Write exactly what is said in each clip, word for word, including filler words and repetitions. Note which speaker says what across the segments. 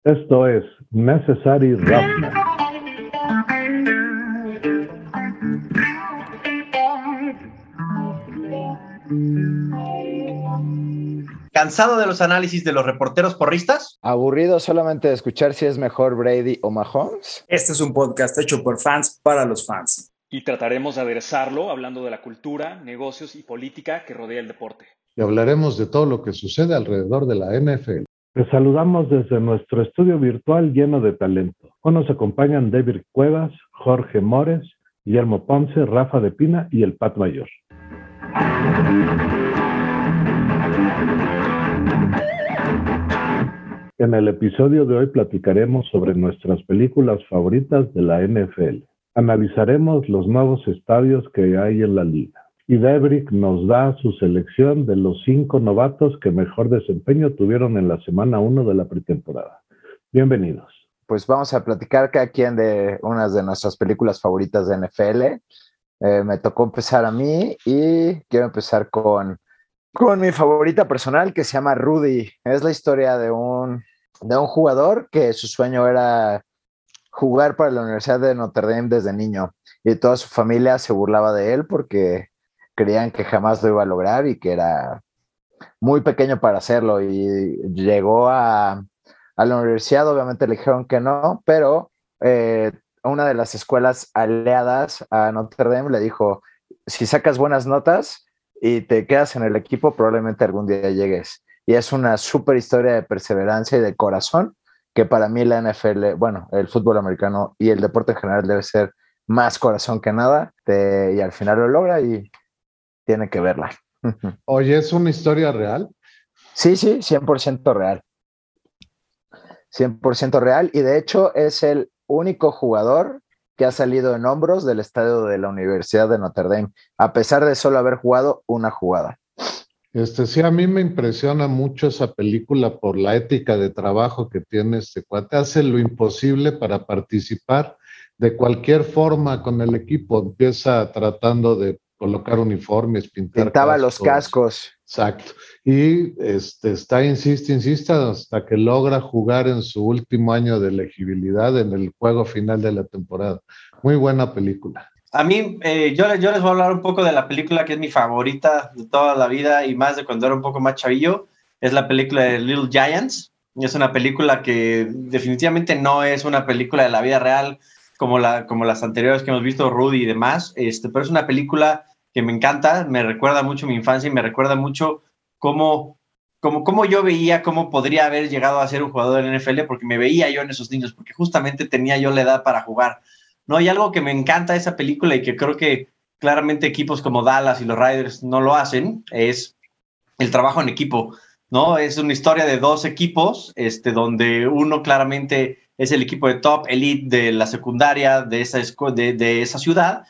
Speaker 1: Esto es Necessary Roughness.
Speaker 2: ¿Cansado de los análisis de los reporteros porristas?
Speaker 3: ¿Aburrido solamente de escuchar si es mejor Brady o Mahomes?
Speaker 4: Este es un podcast hecho por fans para los fans.
Speaker 5: Y trataremos de aderezarlo hablando de la cultura, negocios y política que rodea el deporte.
Speaker 6: Y hablaremos de todo lo que sucede alrededor de la N F L.
Speaker 1: Te saludamos desde nuestro estudio virtual lleno de talento. Hoy nos acompañan David Cuevas, Jorge Mores, Guillermo Ponce, Rafa de Pina y el Pat Mayor. En el episodio de hoy platicaremos sobre nuestras películas favoritas de la N F L. Analizaremos los nuevos estadios que hay en la liga. Y Debrick nos da su selección de los cinco novatos que mejor desempeño tuvieron en la semana uno de la pretemporada. Bienvenidos.
Speaker 3: Pues vamos a platicar cada quien de unas de nuestras películas favoritas de N F L. Eh, me tocó empezar a mí y quiero empezar con, con mi favorita personal que se llama Rudy. Es la historia de un, de un jugador que su sueño era jugar para la Universidad de Notre Dame desde niño y toda su familia se burlaba de él porque creían que jamás lo iba a lograr y que era muy pequeño para hacerlo, y llegó a, a la universidad. Obviamente le dijeron que no, pero eh, una de las escuelas aliadas a Notre Dame le dijo: si sacas buenas notas y te quedas en el equipo, probablemente algún día llegues. Y es una súper historia de perseverancia y de corazón que para mí la N F L, bueno, el fútbol americano y el deporte en general debe ser más corazón que nada, te, y al final lo logra y tiene que verla.
Speaker 6: Oye, ¿es una historia real?
Speaker 3: Sí, sí, cien por ciento real. cien por ciento real, y de hecho es el único jugador que ha salido en hombros del estadio de la Universidad de Notre Dame, a pesar de solo haber jugado una jugada.
Speaker 6: Este, sí, a mí me impresiona mucho esa película por la ética de trabajo que tiene este cuate. Hace lo imposible para participar de cualquier forma con el equipo. Empieza tratando de colocar uniformes, pintar
Speaker 3: Pintaba
Speaker 6: cascos.
Speaker 3: los cascos.
Speaker 6: Exacto. Y este, está, insiste, insiste, hasta que logra jugar en su último año de elegibilidad en el juego final de la temporada. Muy buena película.
Speaker 2: A mí, eh, yo, yo les voy a hablar un poco de la película que es mi favorita de toda la vida y más de cuando era un poco más chavillo. Es la película de Little Giants. Es una película que definitivamente no es una película de la vida real como, la, como las anteriores que hemos visto, Rudy y demás, este, pero es una película que me encanta, me recuerda mucho mi infancia y me recuerda mucho cómo, cómo, cómo yo veía cómo podría haber llegado a ser un jugador de N F L, porque me veía yo en esos niños, porque justamente tenía yo la edad para jugar, ¿no? Y algo que me encanta de esa película y que creo que claramente equipos como Dallas y los Raiders no lo hacen, es el trabajo en equipo, ¿no? Es una historia de dos equipos, este, donde uno claramente es el equipo de top elite de la secundaria de esa, de, de esa ciudad,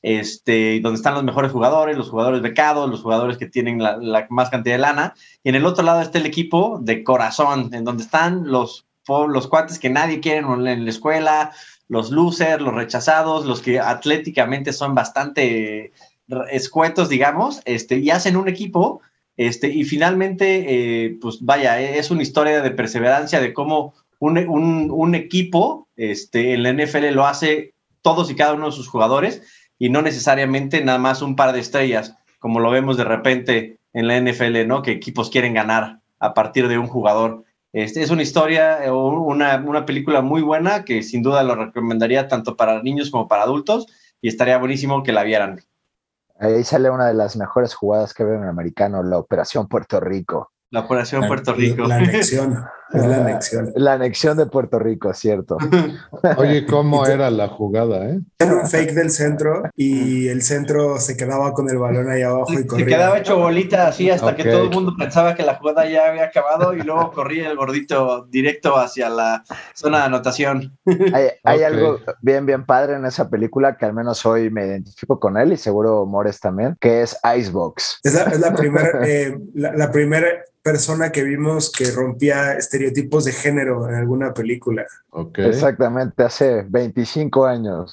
Speaker 2: este, donde están los mejores jugadores, los jugadores becados, los jugadores que tienen la, la más cantidad de lana, y en el otro lado está el equipo de corazón, en donde están los, los cuates que nadie quiere en la escuela, los losers, los rechazados, los que atléticamente son bastante escuetos, digamos, este, y hacen un equipo, este, y finalmente, eh, pues vaya, es una historia de perseverancia, de cómo un, un, un equipo este, en la N F L lo hace todos y cada uno de sus jugadores, y no necesariamente nada más un par de estrellas, como lo vemos de repente en la N F L, ¿no? Que equipos quieren ganar a partir de un jugador. Este, es una historia o una, una película muy buena que sin duda lo recomendaría tanto para niños como para adultos, y estaría buenísimo que la vieran.
Speaker 3: Ahí sale una de las mejores jugadas que veo en el americano, la Operación Puerto Rico.
Speaker 2: La Operación
Speaker 4: la,
Speaker 2: Puerto Rico.
Speaker 4: La anexión. Es la anexión.
Speaker 3: La anexión de Puerto Rico, cierto.
Speaker 6: Oye, ¿cómo era la jugada, eh?
Speaker 4: Era un fake del centro y el centro se quedaba con el balón ahí abajo y corría.
Speaker 2: Se quedaba hecho bolita así hasta okay. que todo el mundo pensaba que la jugada ya había acabado y luego corría el gordito directo hacia la zona de anotación.
Speaker 3: Hay, hay
Speaker 6: Okay.
Speaker 3: algo bien, bien padre en esa película que al menos hoy me identifico con él y seguro Mores también, que es Icebox.
Speaker 4: Es la, es la primera eh, la, la primera persona que vimos que rompía estereotipos de género en alguna película.
Speaker 6: Okay.
Speaker 3: Exactamente, hace veinticinco años.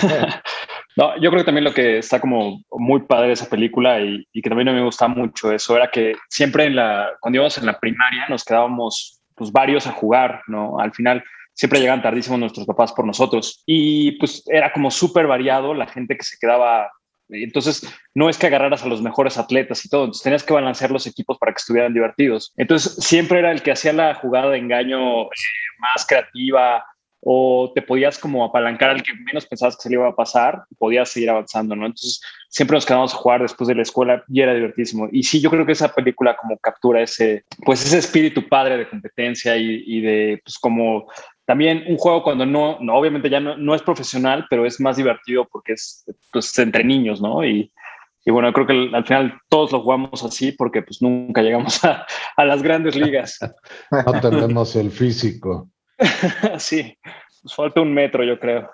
Speaker 5: No, yo creo que también lo que está como muy padre de esa película y, y que también a mí me gusta mucho eso era que siempre en la, cuando íbamos en la primaria nos quedábamos pues varios a jugar, ¿no? Al final siempre llegan tardísimo nuestros papás por nosotros y pues era como súper variado la gente que se quedaba. Entonces, no es que agarraras a los mejores atletas y todo, entonces tenías que balancear los equipos para que estuvieran divertidos. Entonces, siempre era el que hacía la jugada de engaño eh, más creativa, o te podías como apalancar al que menos pensabas que se le iba a pasar y podías seguir avanzando, ¿no? Entonces, siempre nos quedábamos a jugar después de la escuela y era divertísimo. Y sí, yo creo que esa película como captura ese, pues ese espíritu padre de competencia y, y de, pues como también un juego cuando no, no obviamente ya no, no es profesional, pero es más divertido porque es pues, entre niños, ¿no? Y, y bueno, creo que al final todos lo jugamos así porque pues nunca llegamos a, a las grandes ligas.
Speaker 6: No tenemos el físico.
Speaker 5: Sí, nos falta un metro, yo creo.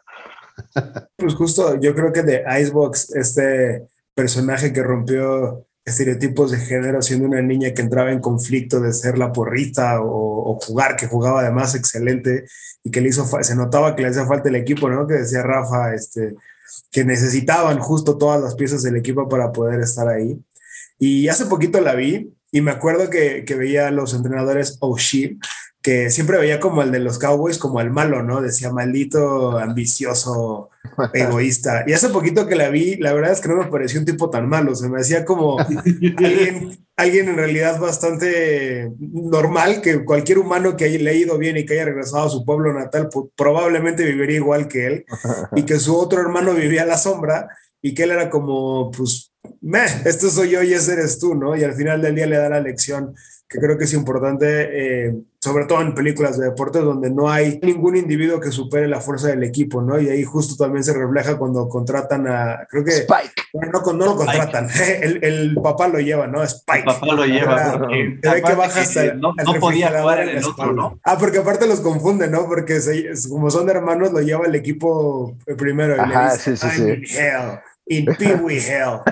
Speaker 4: Pues justo, yo creo que de Icebox, este personaje que rompió estereotipos de género siendo una niña que entraba en conflicto de ser la porrista o, o jugar, que jugaba además excelente y que le hizo, se notaba que le hacía falta el equipo, ¿no? Que decía Rafa, este, que necesitaban justo todas las piezas del equipo para poder estar ahí. Y hace poquito la vi y me acuerdo que, que veía a los entrenadores O'Shea, que siempre veía como el de los Cowboys, como el malo, ¿no? Decía maldito, ambicioso, egoísta. Y hace poquito que la vi, la verdad es que no me pareció un tipo tan malo, se me hacía como alguien, alguien en realidad bastante normal, que cualquier humano que haya leído bien y que haya regresado a su pueblo natal, pues, probablemente viviría igual que él, y que su otro hermano vivía a la sombra, y que él era como, pues, meh, esto soy yo y ese eres tú, ¿no? Y al final del día le da la lección que creo que es importante, eh, sobre todo en películas de deportes donde no hay ningún individuo que supere la fuerza del equipo, ¿no? Y ahí justo también se refleja cuando contratan a, creo que...
Speaker 3: Spike.
Speaker 4: Bueno, no, no lo contratan, el, el papá lo lleva, ¿no? Spike.
Speaker 2: El papá lo lleva.
Speaker 4: Porque se ve que baja hasta el,
Speaker 2: no,
Speaker 4: el
Speaker 2: no podía jugar en el
Speaker 4: espalda.
Speaker 2: otro, ¿no?
Speaker 4: Ah, porque aparte los confunden, ¿no? Porque se, como son hermanos, lo lleva el equipo primero. Y
Speaker 3: Ajá,
Speaker 4: le dice,
Speaker 3: sí, sí,
Speaker 4: I'm
Speaker 3: sí.
Speaker 4: in hell. In Pee Wee Hell.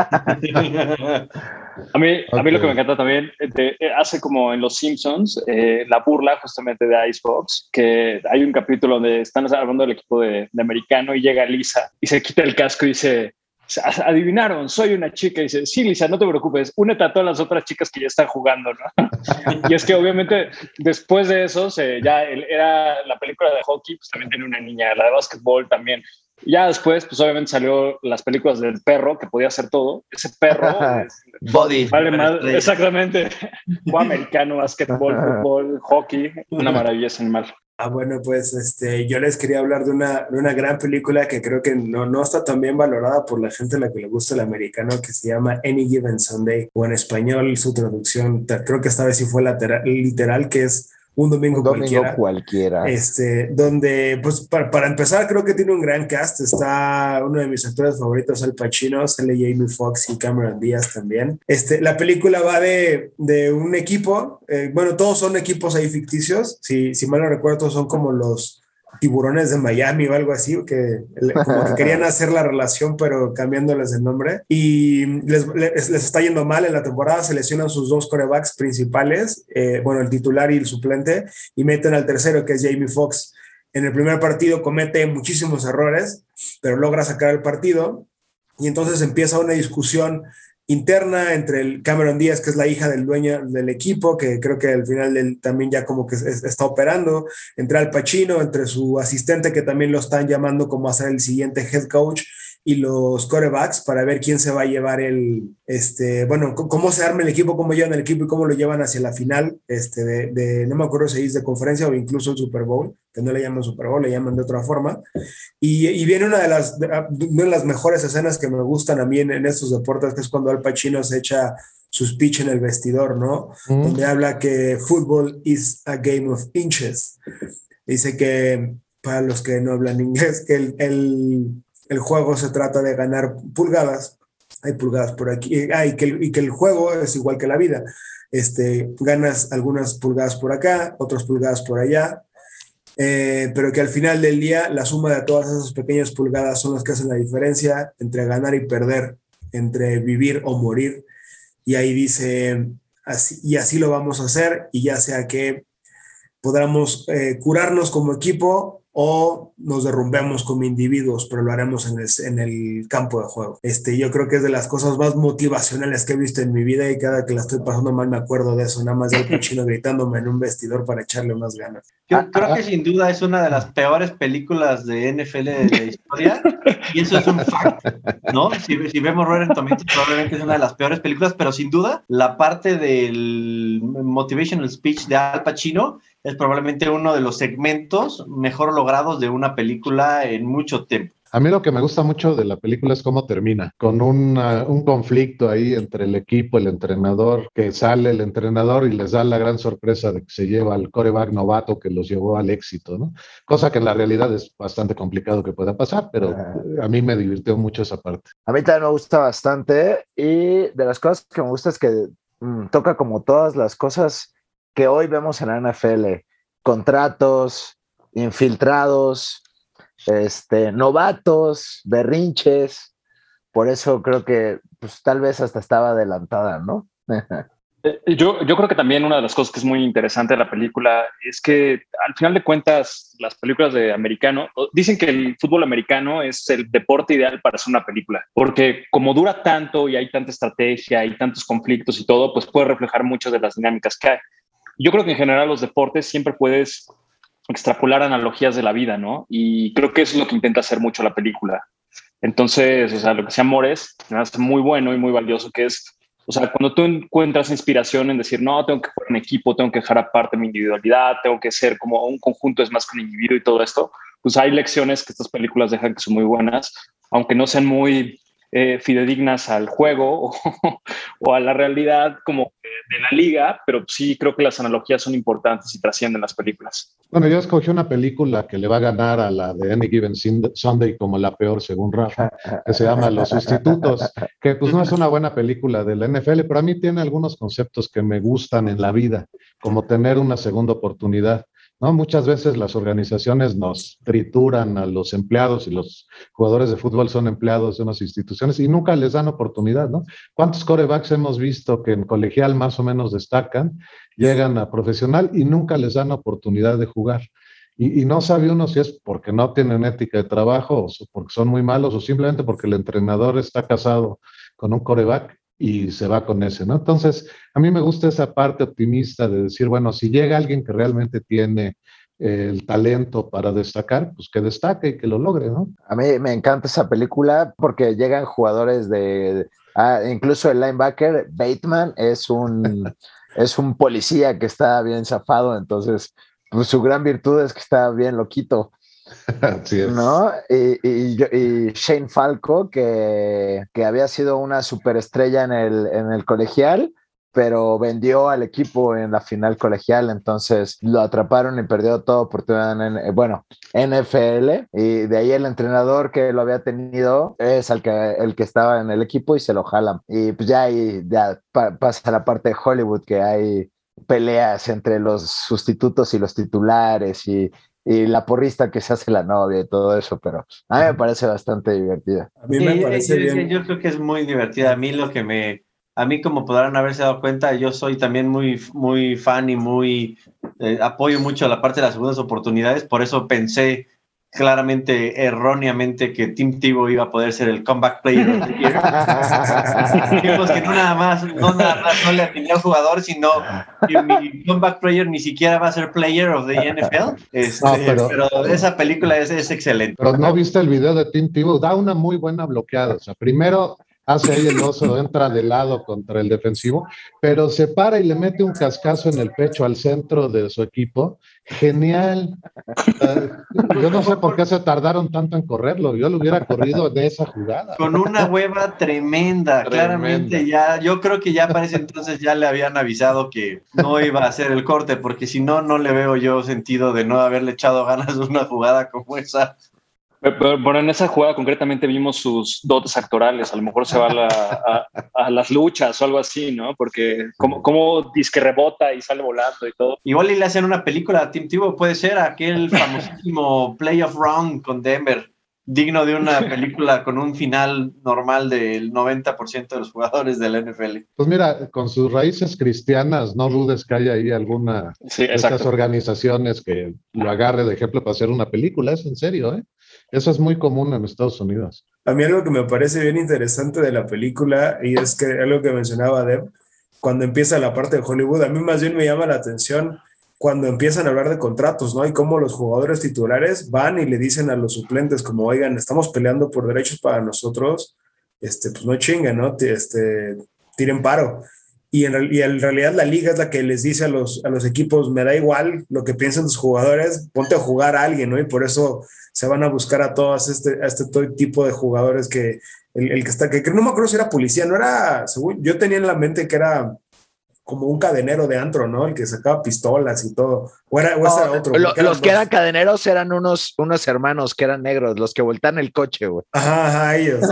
Speaker 5: A mí,
Speaker 6: Okay.
Speaker 5: a mí lo que me encanta también, de, hace como en Los Simpsons, eh, la burla justamente de Icebox, que hay un capítulo donde están hablando del equipo de, de americano y llega Lisa y se quita el casco y dice, adivinaron, soy una chica. Y dice, sí, Lisa, no te preocupes, únete a todas las otras chicas que ya están jugando, ¿no? Y es que obviamente después de eso, se, ya el, era la película de hockey, pues también tiene una niña, la de básquetbol también. Y ya después, pues obviamente salió las películas del perro, que podía hacer todo. Ese perro es,
Speaker 2: Body.
Speaker 5: vale más, exactamente. Fue americano, básquetbol, fútbol, hockey, una maravilla ese animal.
Speaker 4: Ah, bueno, pues este, yo les quería hablar de una, de una gran película que creo que no, no está tan bien valorada por la gente a la que le gusta el americano, que se llama Any Given Sunday, o en español su traducción, creo que esta vez sí fue literal, literal que es Un domingo,
Speaker 3: Un domingo
Speaker 4: cualquiera.
Speaker 3: cualquiera.
Speaker 4: Este, donde, pues, para, para empezar, creo que tiene un gran cast. Está uno de mis actores favoritos, Al Pacino, sale Jamie Foxx y Cameron Díaz también. Este, la película va de, de un equipo, eh, bueno, todos son equipos ahí ficticios. Si, si mal no recuerdo, todos son como los Tiburones de Miami o algo así, que como que querían hacer la relación pero cambiándoles el nombre y les, les, les está yendo mal en la temporada, se lesionan sus dos quarterbacks principales, eh, bueno, el titular y el suplente, y meten al tercero, que es Jamie Foxx. En el primer partido comete muchísimos errores, pero logra sacar el partido y entonces empieza una discusión interna entre el Cameron Díaz, que es la hija del dueño del equipo, que creo que al final él también ya como que es, está operando, entre Al Pacino, entre su asistente, que también lo están llamando como a ser el siguiente head coach, y los quarterbacks para ver quién se va a llevar el, este, bueno, cómo se arma el equipo, cómo llevan el equipo y cómo lo llevan hacia la final, este, de, de no me acuerdo si es de conferencia o incluso el Super Bowl, que no le llaman Super Bowl, le llaman de otra forma. Y, y viene una de, las, de, una de las mejores escenas que me gustan a mí en, en estos deportes, que es cuando Al Pacino se echa su speech en el vestidor, ¿no? Mm. Donde habla que fútbol is a game of inches. Dice que, para los que no hablan inglés, que el, el el juego se trata de ganar pulgadas, hay pulgadas por aquí, ah, y, que, y que el juego es igual que la vida, este, ganas algunas pulgadas por acá, otras pulgadas por allá, eh, pero que al final del día la suma de todas esas pequeñas pulgadas son las que hacen la diferencia entre ganar y perder, entre vivir o morir, y ahí dice, así, y así lo vamos a hacer, y ya sea que podamos eh, curarnos como equipo, o nos derrumbemos como individuos, pero lo haremos en el, en el campo de juego. Este, yo creo que es de las cosas más motivacionales que he visto en mi vida y cada que la estoy pasando mal me acuerdo de eso, nada más de Al Pacino gritándome en un vestidor para echarle unas ganas.
Speaker 2: Yo ah, creo ah, que sin duda es una de las peores películas de N F L de la historia y eso es un fact, ¿no? Si, si vemos Rotten Tomatoes, probablemente es una de las peores películas, pero sin duda la parte del motivational speech de Al Pacino es probablemente uno de los segmentos mejor logrados de una película en mucho tiempo.
Speaker 6: A mí lo que me gusta mucho de la película es cómo termina, con una, un conflicto ahí entre el equipo, el entrenador, que sale el entrenador y les da la gran sorpresa de que se lleva al quarterback novato que los llevó al éxito, ¿no? Cosa que en la realidad es bastante complicado que pueda pasar, pero a mí me divirtió mucho esa parte.
Speaker 3: A mí también me gusta bastante y de las cosas que me gusta es que mmm, toca como todas las cosas que hoy vemos en la N F L, contratos, infiltrados, este, novatos, berrinches, por eso creo que pues, tal vez hasta estaba adelantada, ¿no?
Speaker 5: yo, yo creo que también una de las cosas que es muy interesante de la película es que al final de cuentas las películas de americano, dicen que el fútbol americano es el deporte ideal para hacer una película, porque como dura tanto y hay tanta estrategia y tantos conflictos y todo, pues puede reflejar muchas de las dinámicas que hay. Yo creo que en general los deportes siempre puedes extrapolar analogías de la vida, ¿no? Y creo que eso es lo que intenta hacer mucho la película. Entonces, o sea, lo que se Amores es muy bueno y muy valioso, que es, o sea, cuando tú encuentras inspiración en decir, no, tengo que jugar en equipo, tengo que dejar aparte mi individualidad, tengo que ser como un conjunto, es más que un individuo y todo esto, pues hay lecciones que estas películas dejan que son muy buenas, aunque no sean muy eh, fidedignas al juego o, o a la realidad como de la liga, pero sí creo que las analogías son importantes y trascienden las películas.
Speaker 6: Bueno, yo escogí una película que le va a ganar a la de Any Given Sunday como la peor, según Rafa, que se llama Los Sustitutos, que pues no es una buena película de la N F L, pero a mí tiene algunos conceptos que me gustan en la vida, como tener una segunda oportunidad, ¿no? Muchas veces las organizaciones nos trituran a los empleados y los jugadores de fútbol son empleados de unas instituciones y nunca les dan oportunidad, ¿no? ¿Cuántos quarterbacks hemos visto que en colegial más o menos destacan, llegan a profesional y nunca les dan oportunidad de jugar? Y, y no sabe uno si es porque no tienen ética de trabajo o porque son muy malos o simplemente porque el entrenador está casado con un quarterback y se va con ese, ¿no? Entonces, a mí me gusta esa parte optimista de decir, bueno, si llega alguien que realmente tiene eh, el talento para destacar, pues que destaque y que lo logre, ¿no?
Speaker 3: A mí me encanta esa película porque llegan jugadores de, ah, incluso el linebacker Bateman es un, es un policía que está bien zafado, entonces, pues su gran virtud es que está bien loquito.
Speaker 6: Así es.
Speaker 3: ¿No? Y, y, y Shane Falco, que, que había sido una superestrella en el, en el colegial, pero vendió al equipo en la final colegial, entonces lo atraparon y perdió toda oportunidad en, bueno, N F L, y de ahí el entrenador que lo había tenido es el que, el que estaba en el equipo y se lo jalan. Y pues ya ahí ya pa, pasa la parte de Hollywood, que hay peleas entre los sustitutos y los titulares y y la porrista que se hace la novia y todo eso, pero a mí me parece bastante divertida.
Speaker 4: A mí me
Speaker 2: sí,
Speaker 4: parece
Speaker 2: yo,
Speaker 4: bien.
Speaker 2: Yo creo que es muy divertida. A mí lo que me, a mí como podrán haberse dado cuenta, yo soy también muy, muy fan y muy, eh, apoyo mucho la parte de las segundas oportunidades, por eso pensé claramente, erróneamente, que Tim Tebow iba a poder ser el comeback player of the year. Tipos que no nada más, no nada más no le atiné al jugador, sino que mi comeback player ni siquiera va a ser player of the N F L. Este, no, pero, pero esa película es, es excelente.
Speaker 6: Pero no viste el video de Tim Tebow, da una muy buena bloqueada. O sea, primero hace ahí el oso, entra de lado contra el defensivo, pero se para y le mete un cascazo en el pecho al centro de su equipo. Genial. Uh, yo no sé por qué se tardaron tanto en correrlo. Yo lo hubiera corrido de esa jugada.
Speaker 2: Con una hueva tremenda, tremenda. Claramente ya, yo creo que ya para ese entonces ya le habían avisado que no iba a hacer el corte, porque si no, no le veo yo sentido de no haberle echado ganas de una jugada como esa.
Speaker 5: Pero, pero en esa jugada concretamente vimos sus dotes actorales, a lo mejor se va a, la, a, a las luchas o algo así, ¿no? Porque como, como dice que rebota y sale volando y todo.
Speaker 2: Igual y le hacen una película a Tim Tebow, puede ser aquel famosísimo Playoff Round con Denver, digno de una película con un final normal del noventa por ciento de los jugadores de la N F L.
Speaker 6: Pues mira, con sus raíces cristianas, no dudes que haya ahí alguna
Speaker 5: Sí,
Speaker 6: de estas
Speaker 5: exacto.
Speaker 6: organizaciones que lo agarre de ejemplo para hacer una película. Es en serio, ¿eh? Eso es muy común en Estados Unidos.
Speaker 4: A mí algo que me parece bien interesante de la película, y es que algo que mencionaba Deb, cuando empieza la parte de Hollywood, a mí más bien me llama la atención cuando empiezan a hablar de contratos, ¿no? Y cómo los jugadores titulares van y le dicen a los suplentes como, oigan, estamos peleando por derechos para nosotros, este, pues no chinguen, ¿no? Este, tiren paro. Y en, y en realidad la liga es la que les dice a los, a los equipos, me da igual lo que piensen tus jugadores, ponte a jugar a alguien, ¿no? Y por eso se van a buscar a todos este, a este todo tipo de jugadores que el, el que está, que, que no me acuerdo si era policía, no era, según yo tenía en la mente que era como un cadenero de antro, ¿no? El que sacaba pistolas y todo. O, era, o
Speaker 3: no,
Speaker 4: ese era otro.
Speaker 3: Lo,
Speaker 4: eran
Speaker 3: los
Speaker 4: dos.
Speaker 3: que eran cadeneros eran unos, unos hermanos que eran negros, los que voltean el coche, güey.
Speaker 4: Ajá, ajá, ellos.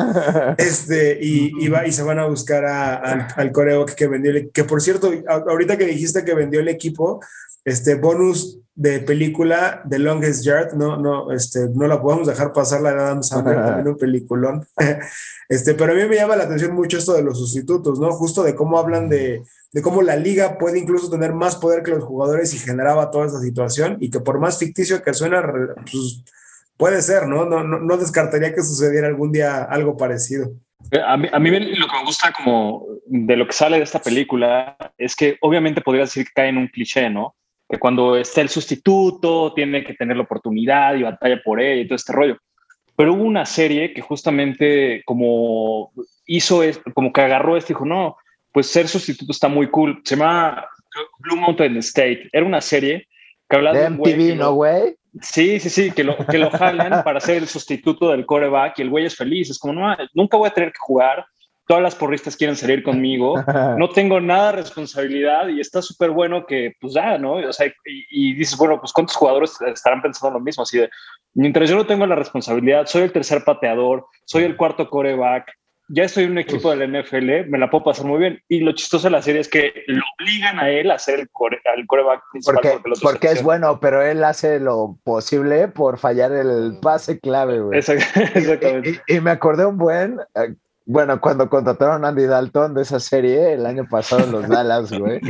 Speaker 4: Este, y, y, va, y se van a buscar a, a, al, al coreback que vendió, el, que por cierto, ahorita que dijiste que vendió el equipo, este bonus de película de Longest Yard, no, no, este, no la podemos dejar pasar, la de Adam Sandler, también un peliculón. Este, pero a mí me llama la atención mucho esto de los sustitutos, ¿no? Justo de cómo hablan de, de cómo la liga puede incluso tener más poder que los jugadores y generaba toda esa situación, y que por más ficticio que suena, pues puede ser, ¿no? No, no, no descartaría que sucediera algún día algo parecido.
Speaker 5: A mí, a mí lo que me gusta como de lo que sale de esta película es que obviamente podría decir que cae en un cliché, ¿no? Que cuando está el sustituto tiene que tener la oportunidad y batalla por él y todo este rollo. Pero hubo una serie que justamente como hizo, es, como que agarró esto y dijo, no, pues ser sustituto está muy cool. Se llama Blue Mountain State. Era una serie que hablaba de,
Speaker 3: de M T V, ¿no, güey?
Speaker 5: Sí, sí, sí, que lo, que lo jalan para ser el sustituto del quarterback y el güey es feliz. Es como, no, nunca voy a tener que jugar. Todas las porristas quieren salir conmigo. No tengo nada de responsabilidad y está súper bueno que, pues, ya, ¿no? O sea, y, y dices, bueno, pues, ¿cuántos jugadores estarán pensando lo mismo? Así de, mientras yo no tengo la responsabilidad, soy el tercer pateador, soy el cuarto quarterback, ya estoy en un equipo de la N F L, me la puedo pasar muy bien. Y lo chistoso de la serie es que lo obligan a él a ser el, core, el quarterback principal.
Speaker 3: Porque, porque, porque es bueno, pero él hace lo posible por fallar el pase clave, güey.
Speaker 5: Exactamente.
Speaker 3: Y, y, y me acordé un buen... Eh, bueno, cuando contrataron a Andy Dalton de esa serie el año pasado en los Dallas, güey.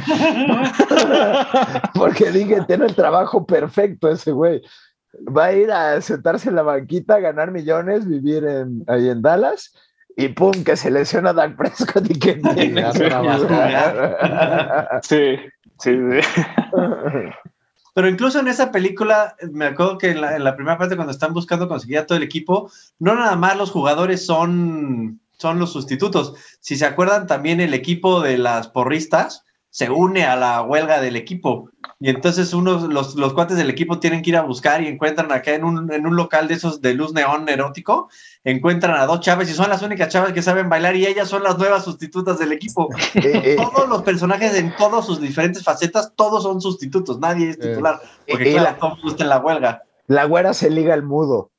Speaker 3: Porque dije, tiene el trabajo perfecto ese güey. Va a ir a sentarse en la banquita, ganar millones, vivir en, ahí en Dallas, y pum, que se lesiona Dak Prescott y que tiene a trabajar.
Speaker 5: Sí, sí, sí.
Speaker 2: Pero incluso en esa película, me acuerdo que en la, en la primera parte, cuando están buscando conseguir a todo el equipo, no nada más los jugadores son... son los sustitutos. Si se acuerdan, también el equipo de las porristas se une a la huelga del equipo. Y entonces unos, los, los cuates del equipo tienen que ir a buscar y encuentran acá en un, en un local de esos de luz neón erótico, encuentran a dos chavas y son las únicas chavas que saben bailar y ellas son las nuevas sustitutas del equipo. Todos los personajes en todas sus diferentes facetas, todos son sustitutos, nadie es titular, porque
Speaker 3: y
Speaker 2: claro,
Speaker 3: la,
Speaker 2: todos están en la huelga.
Speaker 3: La güera se liga el mudo.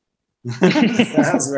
Speaker 4: Es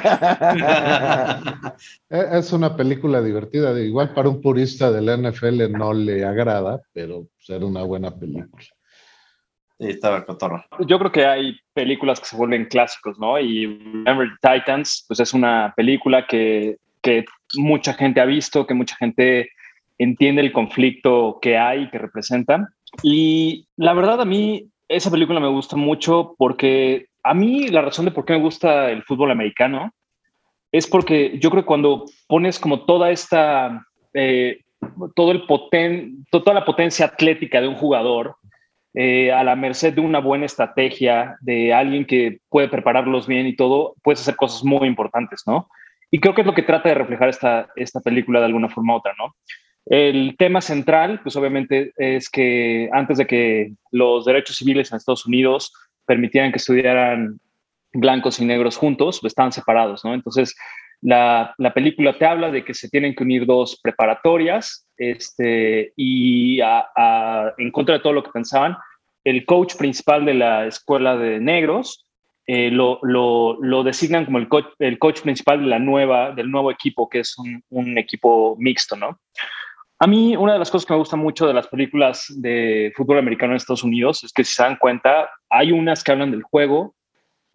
Speaker 4: verdad.
Speaker 6: Es una película divertida. Igual para un purista de la N F L no le agrada, pero pues, era una buena película.
Speaker 2: Sí, estaba cotorro.
Speaker 5: Yo creo que hay películas que se vuelven clásicos, ¿no? Y Remember the Titans, pues es una película que, que mucha gente ha visto, que mucha gente entiende el conflicto que hay, que representa. Y la verdad, a mí esa película me gusta mucho porque a mí la razón de por qué me gusta el fútbol americano es porque yo creo que cuando pones como toda esta, eh, todo el poten, toda la potencia atlética de un jugador eh, a la merced de una buena estrategia, de alguien que puede prepararlos bien y todo, puedes hacer cosas muy importantes, ¿no? Y creo que es lo que trata de reflejar esta, esta película de alguna forma u otra, ¿no? El tema central, pues obviamente es que antes de que los derechos civiles en Estados Unidos permitieran que estudiaran blancos y negros juntos, pues estaban separados, ¿no? Entonces, la, la película te habla de que se tienen que unir dos preparatorias este, y a, a, en contra de todo lo que pensaban, el coach principal de la escuela de negros eh, lo, lo, lo designan como el coach, el coach principal de la nueva, del nuevo equipo, que es un, un equipo mixto, ¿no? A mí, una de las cosas que me gusta mucho de las películas de fútbol americano en Estados Unidos es que, si se dan cuenta, hay unas que hablan del juego,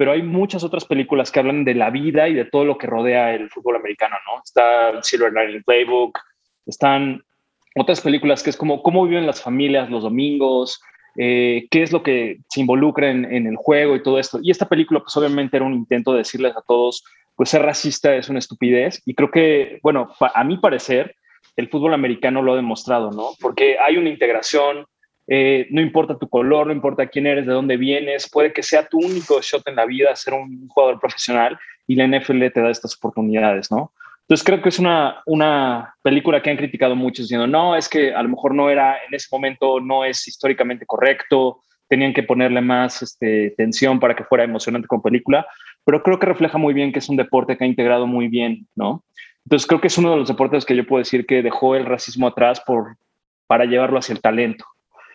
Speaker 5: pero hay muchas otras películas que hablan de la vida y de todo lo que rodea el fútbol americano, ¿no? Está Silver Lining Playbook, están otras películas que es como cómo viven las familias los domingos, eh, qué es lo que se involucra en, en el juego y todo esto. Y esta película, pues obviamente era un intento de decirles a todos, pues ser racista es una estupidez. Y creo que, bueno, a mi parecer, el fútbol americano lo ha demostrado, ¿no? Porque hay una integración, eh, no importa tu color, no importa quién eres, de dónde vienes, puede que sea tu único shot en la vida ser un jugador profesional y la N F L te da estas oportunidades, ¿no? Entonces creo que es una, una película que han criticado muchos diciendo, no, es que a lo mejor no era, en ese momento no es históricamente correcto, tenían que ponerle más este, tensión para que fuera emocionante como película, pero creo que refleja muy bien que es un deporte que ha integrado muy bien, ¿no? Entonces creo que es uno de los deportes que yo puedo decir que dejó el racismo atrás por, para llevarlo hacia el talento.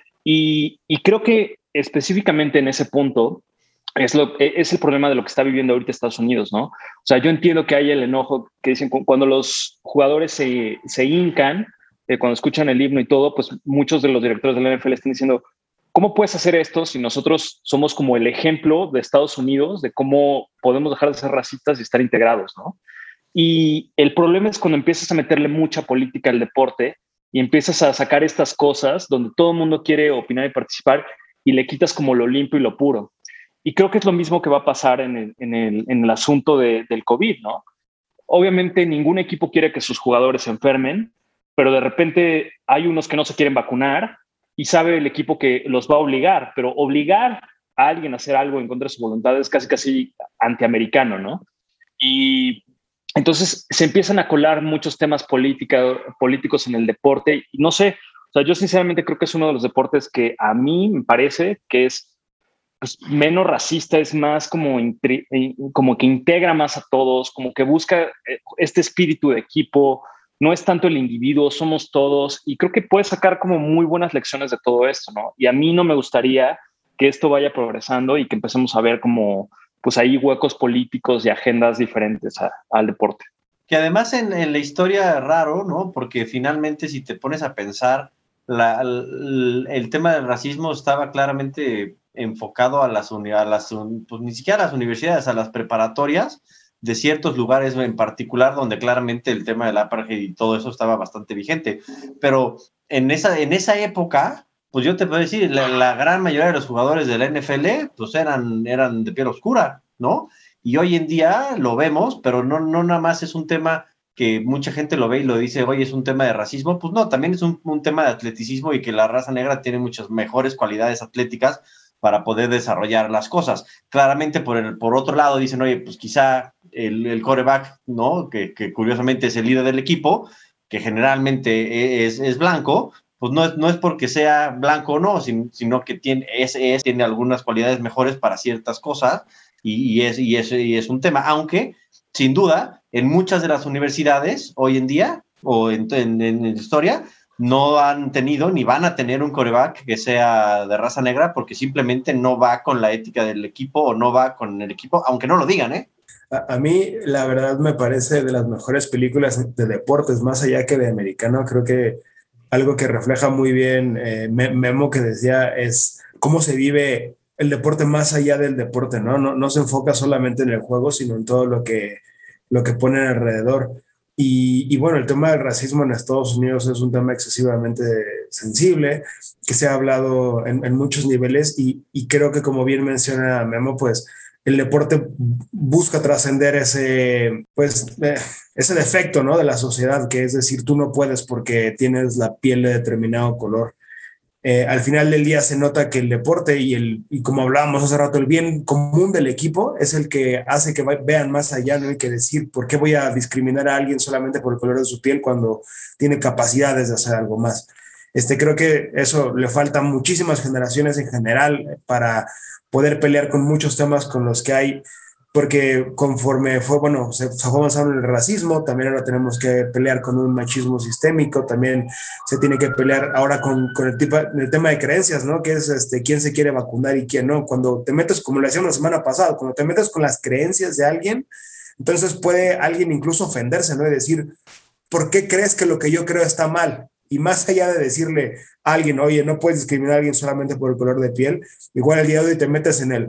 Speaker 5: Y, y creo que específicamente en ese punto es, lo, es el problema de lo que está viviendo ahorita Estados Unidos, ¿no? O sea, yo entiendo que hay el enojo que dicen cuando los jugadores se, se hincan, eh, cuando escuchan el himno y todo, pues muchos de los directores de la N F L están diciendo, ¿cómo puedes hacer esto si nosotros somos como el ejemplo de Estados Unidos de cómo podemos dejar de ser racistas y estar integrados, ¿no? Y el problema es cuando empiezas a meterle mucha política al deporte y empiezas a sacar estas cosas donde todo el mundo quiere opinar y participar y le quitas como lo limpio y lo puro. Y creo que es lo mismo que va a pasar en el, en el, en el asunto de, del COVID, ¿no? Obviamente ningún equipo quiere que sus jugadores se enfermen, pero de repente hay unos que no se quieren vacunar y sabe el equipo que los va a obligar, pero obligar a alguien a hacer algo en contra de su voluntad es casi casi antiamericano, ¿no? Y entonces se empiezan a colar muchos temas política, políticos en el deporte y no sé, o sea, yo sinceramente creo que es uno de los deportes que a mí me parece que es pues, menos racista, es más como, como que integra más a todos, como que busca este espíritu de equipo, no es tanto el individuo, somos todos, y creo que puede sacar como muy buenas lecciones de todo esto, ¿no? Y a mí no me gustaría que esto vaya progresando y que empecemos a ver como, pues ahí huecos políticos y agendas diferentes a, al deporte.
Speaker 2: Que además en, en la historia es raro, ¿no? Porque finalmente si te pones a pensar, la, el, el tema del racismo estaba claramente enfocado a las, a las pues ni siquiera a las universidades, a las preparatorias de ciertos lugares en particular donde claramente el tema del apartheid y todo eso estaba bastante vigente. Pero en esa, en esa época, pues yo te puedo decir, la, la gran mayoría de los jugadores de la N F L pues eran, eran de piel oscura, ¿no? Y hoy en día lo vemos, pero no, no nada más es un tema que mucha gente lo ve y lo dice, oye, es un tema de racismo. Pues no, también es un, un tema de atleticismo y que la raza negra tiene muchas mejores cualidades atléticas para poder desarrollar las cosas. Claramente, por, el, por otro lado, dicen, oye, pues quizá el, el quarterback, ¿no? Que, que curiosamente es el líder del equipo, que generalmente es, es blanco, pues no es, no es porque sea blanco o no, sino, sino que tiene, es, es, tiene algunas cualidades mejores para ciertas cosas y, y, es, y, es, y es un tema, aunque sin duda en muchas de las universidades hoy en día o en, en, en historia no han tenido ni van a tener un quarterback que sea de raza negra porque simplemente no va con la ética del equipo o no va con el equipo, aunque no lo digan, ¿eh?
Speaker 4: A, a mí, la verdad, me parece de las mejores películas de deportes, más allá que de americano. Creo que algo que refleja muy bien eh, Memo que decía es cómo se vive el deporte más allá del deporte, ¿no? No, no se enfoca solamente en el juego, sino en todo lo que, lo que ponen alrededor. Y, y bueno, el tema del racismo en Estados Unidos es un tema excesivamente sensible, que se ha hablado en, en muchos niveles y, y creo que como bien menciona Memo, pues el deporte busca trascender ese, pues, eh, ese defecto, ¿no? De la sociedad, que es decir, tú no puedes porque tienes la piel de determinado color. Eh, al final del día se nota que el deporte y, el, y como hablábamos hace rato, el bien común del equipo es el que hace que vean más allá, no hay que decir, ¿por qué voy a discriminar a alguien solamente por el color de su piel cuando tiene capacidades de hacer algo más? Este, creo que eso le falta a muchísimas generaciones en general para poder pelear con muchos temas con los que hay, porque conforme fue, bueno, se, se fue avanzando en el racismo, también ahora tenemos que pelear con un machismo sistémico, también se tiene que pelear ahora con, con el, tipo, el tema de creencias, ¿no? Que es este, quién se quiere vacunar y quién no. Cuando te metes, como lo decíamos la semana pasada, cuando te metes con las creencias de alguien, entonces puede alguien incluso ofenderse, ¿no? Y decir, ¿por qué crees que lo que yo creo está mal? Y más allá de decirle a alguien, oye, no puedes discriminar a alguien solamente por el color de piel, igual el día de hoy te metes en el,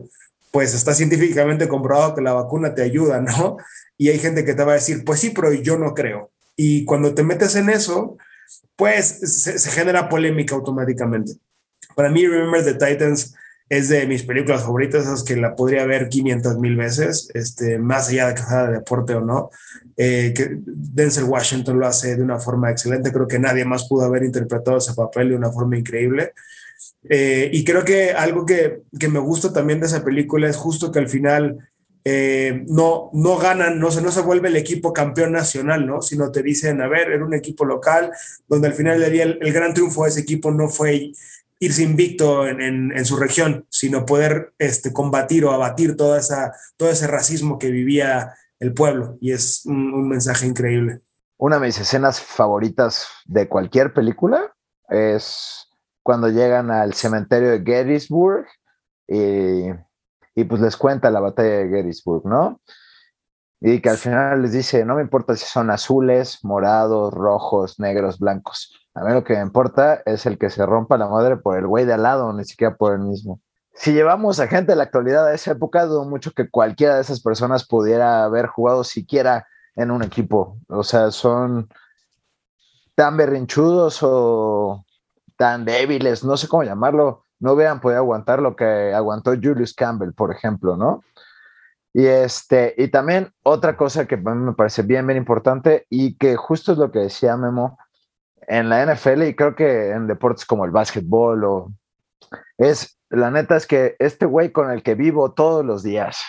Speaker 4: pues está científicamente comprobado que la vacuna te ayuda, ¿no? Y hay gente que te va a decir, pues sí, pero yo no creo. Y cuando te metes en eso, pues se, se genera polémica automáticamente. Para mí, Remember the Titans es de mis películas favoritas, es que la podría ver quinientas mil veces, este, más allá de que sea de deporte o no. Eh, que Denzel Washington lo hace de una forma excelente. Creo que nadie más pudo haber interpretado ese papel de una forma increíble. Eh, y creo que algo que, que me gusta también de esa película es justo que al final eh, no, no ganan, no se, no se vuelve el equipo campeón nacional, ¿no? Sino te dicen, a ver, era un equipo local, donde al final del día el, el gran triunfo de ese equipo no fue irse invicto en, en, en su región, sino poder este, combatir o abatir toda esa, todo ese racismo que vivía el pueblo. Y es un, un mensaje increíble.
Speaker 3: Una de mis escenas favoritas de cualquier película es cuando llegan al cementerio de Gettysburg y, y pues les cuenta la batalla de Gettysburg, ¿no? Y que al final les dice, no me importa si son azules, morados, rojos, negros, blancos. A mí lo que me importa es el que se rompa la madre por el güey de al lado, ni siquiera por el mismo. Si llevamos a gente de la actualidad a esa época, dudo mucho que cualquiera de esas personas pudiera haber jugado siquiera en un equipo. O sea, son tan berrinchudos o tan débiles, no sé cómo llamarlo, no hubieran podido aguantar lo que aguantó Julius Campbell, por ejemplo, ¿no? Y, este, y también otra cosa que a mí me parece bien, bien importante y que justo es lo que decía Memo, en la N F L y creo que en deportes como el básquetbol o es, la neta es que este güey con el que vivo todos los días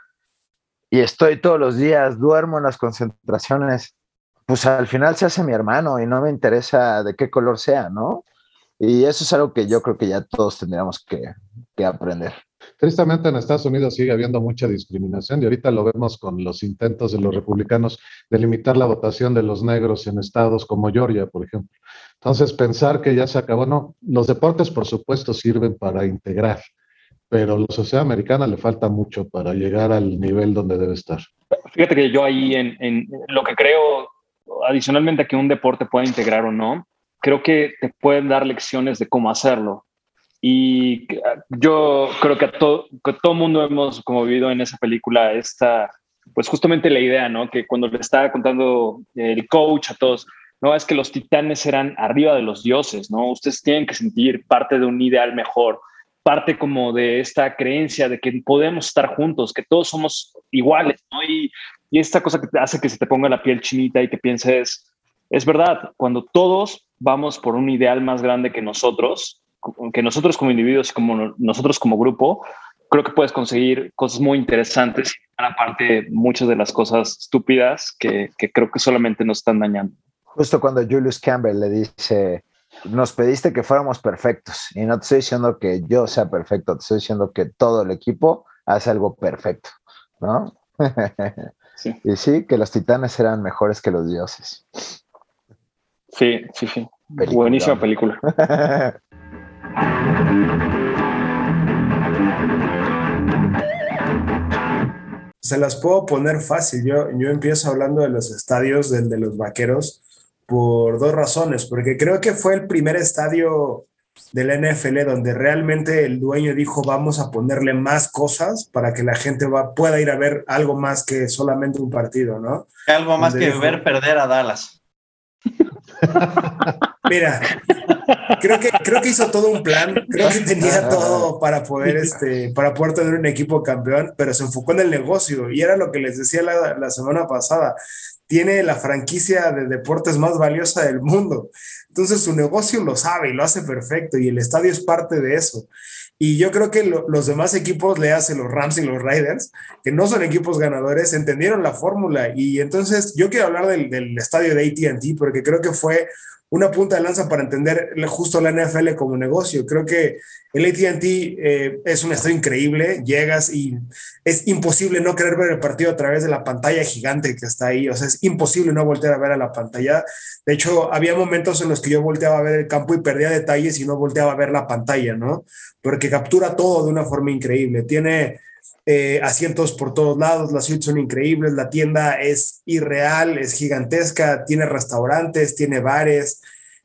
Speaker 3: y estoy todos los días, duermo en las concentraciones, pues al final se hace mi hermano y no me interesa de qué color sea, ¿no? Y eso es algo que yo creo que ya todos tendríamos que, que aprender.
Speaker 6: Tristemente en Estados Unidos sigue habiendo mucha discriminación y ahorita lo vemos con los intentos de los republicanos de limitar la votación de los negros en estados como Georgia, por ejemplo. Entonces, pensar que ya se acabó, no, los deportes por supuesto sirven para integrar, pero a la sociedad americana le falta mucho para llegar al nivel donde debe estar.
Speaker 5: Fíjate que yo ahí en, en lo que creo, adicionalmente a que un deporte pueda integrar o no, creo que te pueden dar lecciones de cómo hacerlo. Y yo creo que a todo, que todo mundo hemos como vivido en esa película esta, pues justamente la idea, ¿no? Que cuando le estaba contando el coach a todos, no, es que los titanes eran arriba de los dioses, ¿no? Ustedes tienen que sentir parte de un ideal mejor, parte como de esta creencia de que podemos estar juntos, que todos somos iguales, ¿no? Y, y esta cosa que te hace que se te ponga la piel chinita y que pienses, es verdad, cuando todos vamos por un ideal más grande que nosotros, que nosotros como individuos y como nosotros como grupo, creo que puedes conseguir cosas muy interesantes, aparte muchas de las cosas estúpidas que, que creo que solamente nos están dañando.
Speaker 3: Justo cuando Julius Campbell le dice, nos pediste que fuéramos perfectos, y no te estoy diciendo que yo sea perfecto, te estoy diciendo que todo el equipo hace algo perfecto, ¿no? Sí. Y sí, que los titanes eran mejores que los dioses.
Speaker 5: Sí, sí, sí. Película. Buenísima película.
Speaker 4: Se las puedo poner fácil. Yo, yo empiezo hablando de los estadios del de los Vaqueros por dos razones. Porque creo que fue el primer estadio de la N F L donde realmente el dueño dijo vamos a ponerle más cosas para que la gente va, pueda ir a ver algo más que solamente un partido, ¿no?
Speaker 2: Algo más donde que dijo, ver perder a Dallas.
Speaker 4: Mira, creo que, creo que hizo todo un plan, creo que tenía todo para poder, este, para poder tener un equipo campeón, pero se enfocó en el negocio y era lo que les decía la, la semana pasada. Tiene la franquicia de deportes más valiosa del mundo, entonces su negocio lo sabe y lo hace perfecto y el estadio es parte de eso. Y yo creo que lo, los demás equipos, le hacen los Rams y los Raiders, que no son equipos ganadores, entendieron la fórmula. Y entonces yo quiero hablar del, del estadio de A T and T porque creo que fue una punta de lanza para entender justo la N F L como negocio. Creo que el A T and T eh, es un estadio increíble, llegas y es imposible no querer ver el partido a través de la pantalla gigante que está ahí, o sea, es imposible no voltear a ver a la pantalla. De hecho, había momentos en los que yo volteaba a ver el campo y perdía detalles y no volteaba a ver la pantalla, ¿no? Porque captura todo de una forma increíble. Tiene eh, asientos por todos lados, las suites son increíbles, la tienda es irreal, es gigantesca, tiene restaurantes, tiene bares,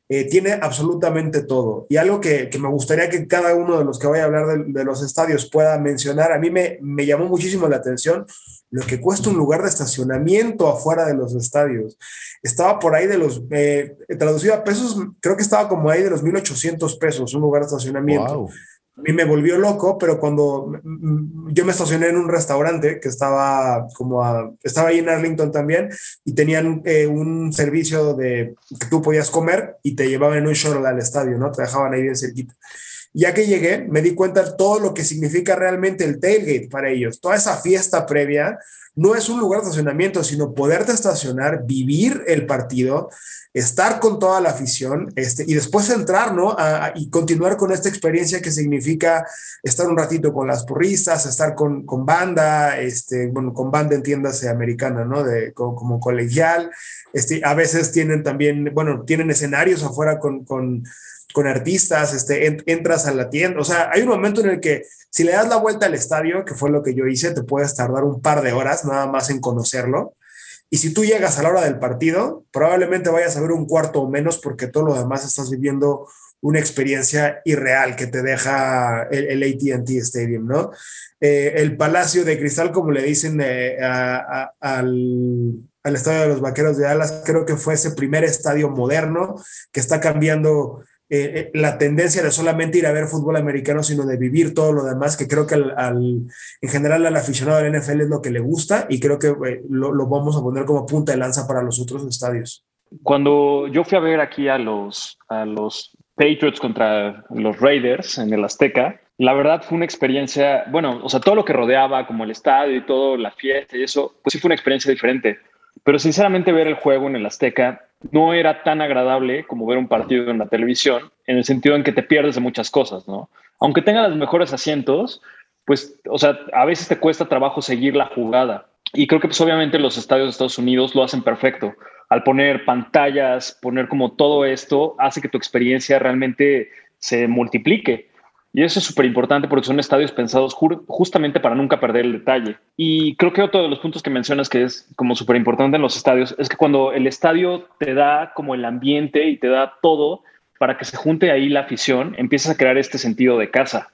Speaker 4: Eh, tiene absolutamente todo. Y algo que, que me gustaría que cada uno de los que vaya a hablar de, de los estadios pueda mencionar, a mí me, me llamó muchísimo la atención lo que cuesta un lugar de estacionamiento afuera de los estadios. Estaba por ahí de los, eh, traducido a pesos, creo que estaba como ahí de los mil ochocientos pesos un lugar de estacionamiento.
Speaker 6: Wow.
Speaker 4: A mí me volvió loco, pero cuando mm, yo me estacioné en un restaurante que estaba como a, estaba ahí en Arlington también, y tenían eh, un servicio de que tú podías comer y te llevaban en un shuttle al estadio, ¿no? Te dejaban ahí bien cerquita. Ya que llegué, me di cuenta de todo lo que significa realmente el tailgate para ellos. Toda esa fiesta previa no es un lugar de estacionamiento, sino poderte estacionar, vivir el partido, estar con toda la afición, este, y después entrar, ¿no? A, a, y continuar con esta experiencia que significa estar un ratito con las porristas, estar con, con banda, este, bueno, con banda entiéndase americana, ¿no? De, como, como colegial. Este, a veces tienen también, bueno, tienen escenarios afuera con, con, con artistas, este, en, entras a la tienda. O sea, hay un momento en el que si le das la vuelta al estadio, que fue lo que yo hice, te puedes tardar un par de horas nada más en conocerlo. Y si tú llegas a la hora del partido, probablemente vayas a ver un cuarto o menos, porque todo lo demás estás viviendo una experiencia irreal que te deja el, el A T and T Stadium, ¿no? Eh, el Palacio de Cristal, como le dicen eh, a, a, al, al estadio de los Vaqueros de Dallas, creo que fue ese primer estadio moderno que está cambiando eh, la tendencia de solamente ir a ver fútbol americano, sino de vivir todo lo demás, que creo que al, al, en general al aficionado del N F L es lo que le gusta, y creo que eh, lo, lo vamos a poner como punta de lanza para los otros estadios.
Speaker 5: Cuando yo fui a ver aquí a los, a los Patriots contra los Raiders en el Azteca, la verdad fue una experiencia, bueno, o sea, todo lo que rodeaba, como el estadio y todo, la fiesta y eso, pues sí fue una experiencia diferente. Pero sinceramente ver el juego en el Azteca no era tan agradable como ver un partido en la televisión, en el sentido en que te pierdes de muchas cosas, ¿no? Aunque tenga los mejores asientos, pues, o sea, a veces te cuesta trabajo seguir la jugada. Y creo que pues obviamente los estadios de Estados Unidos lo hacen perfecto. Al poner pantallas, poner como todo esto, hace que tu experiencia realmente se multiplique. Y eso es súper importante porque son estadios pensados ju- justamente para nunca perder el detalle. Y creo que otro de los puntos que mencionas que es como súper importante en los estadios es que cuando el estadio te da como el ambiente y te da todo para que se junte ahí la afición, empiezas a crear este sentido de casa.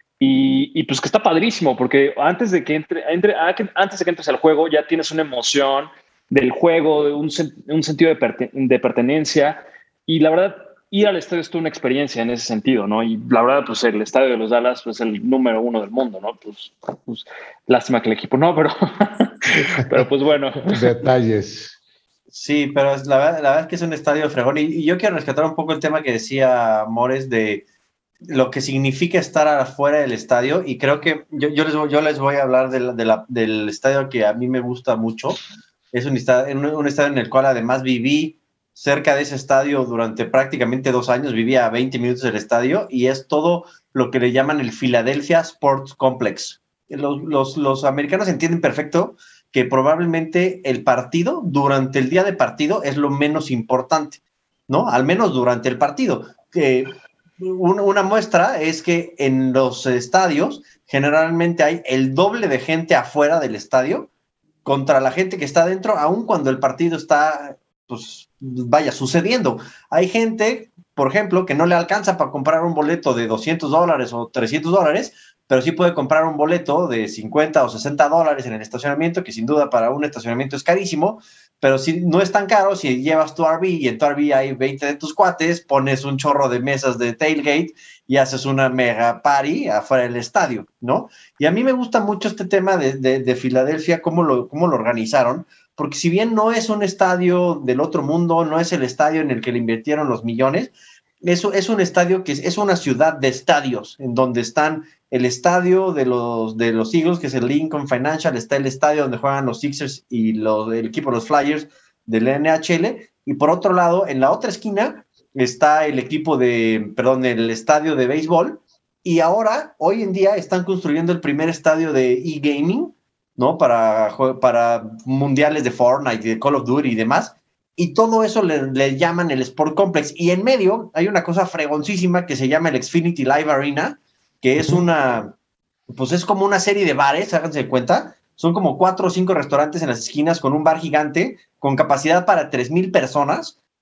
Speaker 5: Y, y pues que está padrísimo porque antes de que entre, entre, antes de que entres al juego ya tienes una emoción del juego, de un, un sentido de, perte, de pertenencia. Y la verdad, ir al estadio es toda una experiencia en ese sentido, ¿no? Y la verdad, pues el estadio de los Dallas pues, es el número uno del mundo, ¿no? Pues, pues lástima que el equipo no, pero, pero pues bueno.
Speaker 6: Detalles.
Speaker 2: Sí, pero la verdad, la verdad es que es un estadio fregón. Y, y yo quiero rescatar un poco el tema que decía Mores de lo que significa estar afuera del estadio. Y creo que yo, yo, les, voy, yo les voy a hablar de la, de la, del estadio que a mí me gusta mucho. Es un estadio, un, un estadio en el cual además viví cerca de ese estadio durante prácticamente dos años, vivía a veinte minutos del estadio, y es todo lo que le llaman el Philadelphia Sports Complex. Los, los, los americanos entienden perfecto que probablemente el partido, durante el día de partido, es lo menos importante, ¿no? Al menos durante el partido. Eh, un, una muestra es que en los estadios generalmente hay el doble de gente afuera del estadio contra la gente que está dentro, aun cuando el partido está, pues, vaya, sucediendo. Hay gente, por ejemplo, que no le alcanza para comprar un boleto de doscientos dólares o trescientos dólares, pero sí puede comprar un boleto de cincuenta o sesenta dólares en el estacionamiento, que sin duda para un estacionamiento es carísimo, pero si no es tan caro, si llevas tu R V y en tu R V hay veinte de tus cuates, pones un chorro de mesas de tailgate y haces una mega party afuera del estadio, ¿no? Y a mí me gusta mucho este tema de, de, de Filadelfia, cómo lo, cómo lo organizaron, porque si bien no es un estadio del otro mundo, no es el estadio en el que le invirtieron los millones, eso es un estadio que es, es una ciudad de estadios, en donde están el estadio de los, de los Eagles, que es el Lincoln Financial, está el estadio donde juegan los Sixers y los, el equipo de los Flyers del N H L, y por otro lado, en la otra esquina, está el equipo de, perdón, el estadio de béisbol, y ahora, hoy en día, están construyendo el primer estadio de e-gaming, ¿no? Para, para mundiales de Fortnite, de Call of Duty y demás, y todo eso le, le llaman el Sport Complex, y en medio hay una cosa fregoncísima que se llama el Xfinity Live Arena, que es una, pues es como una serie de bares, háganse de cuenta, son como cuatro o cinco restaurantes en las esquinas con un bar gigante, con capacidad para tres mil personas,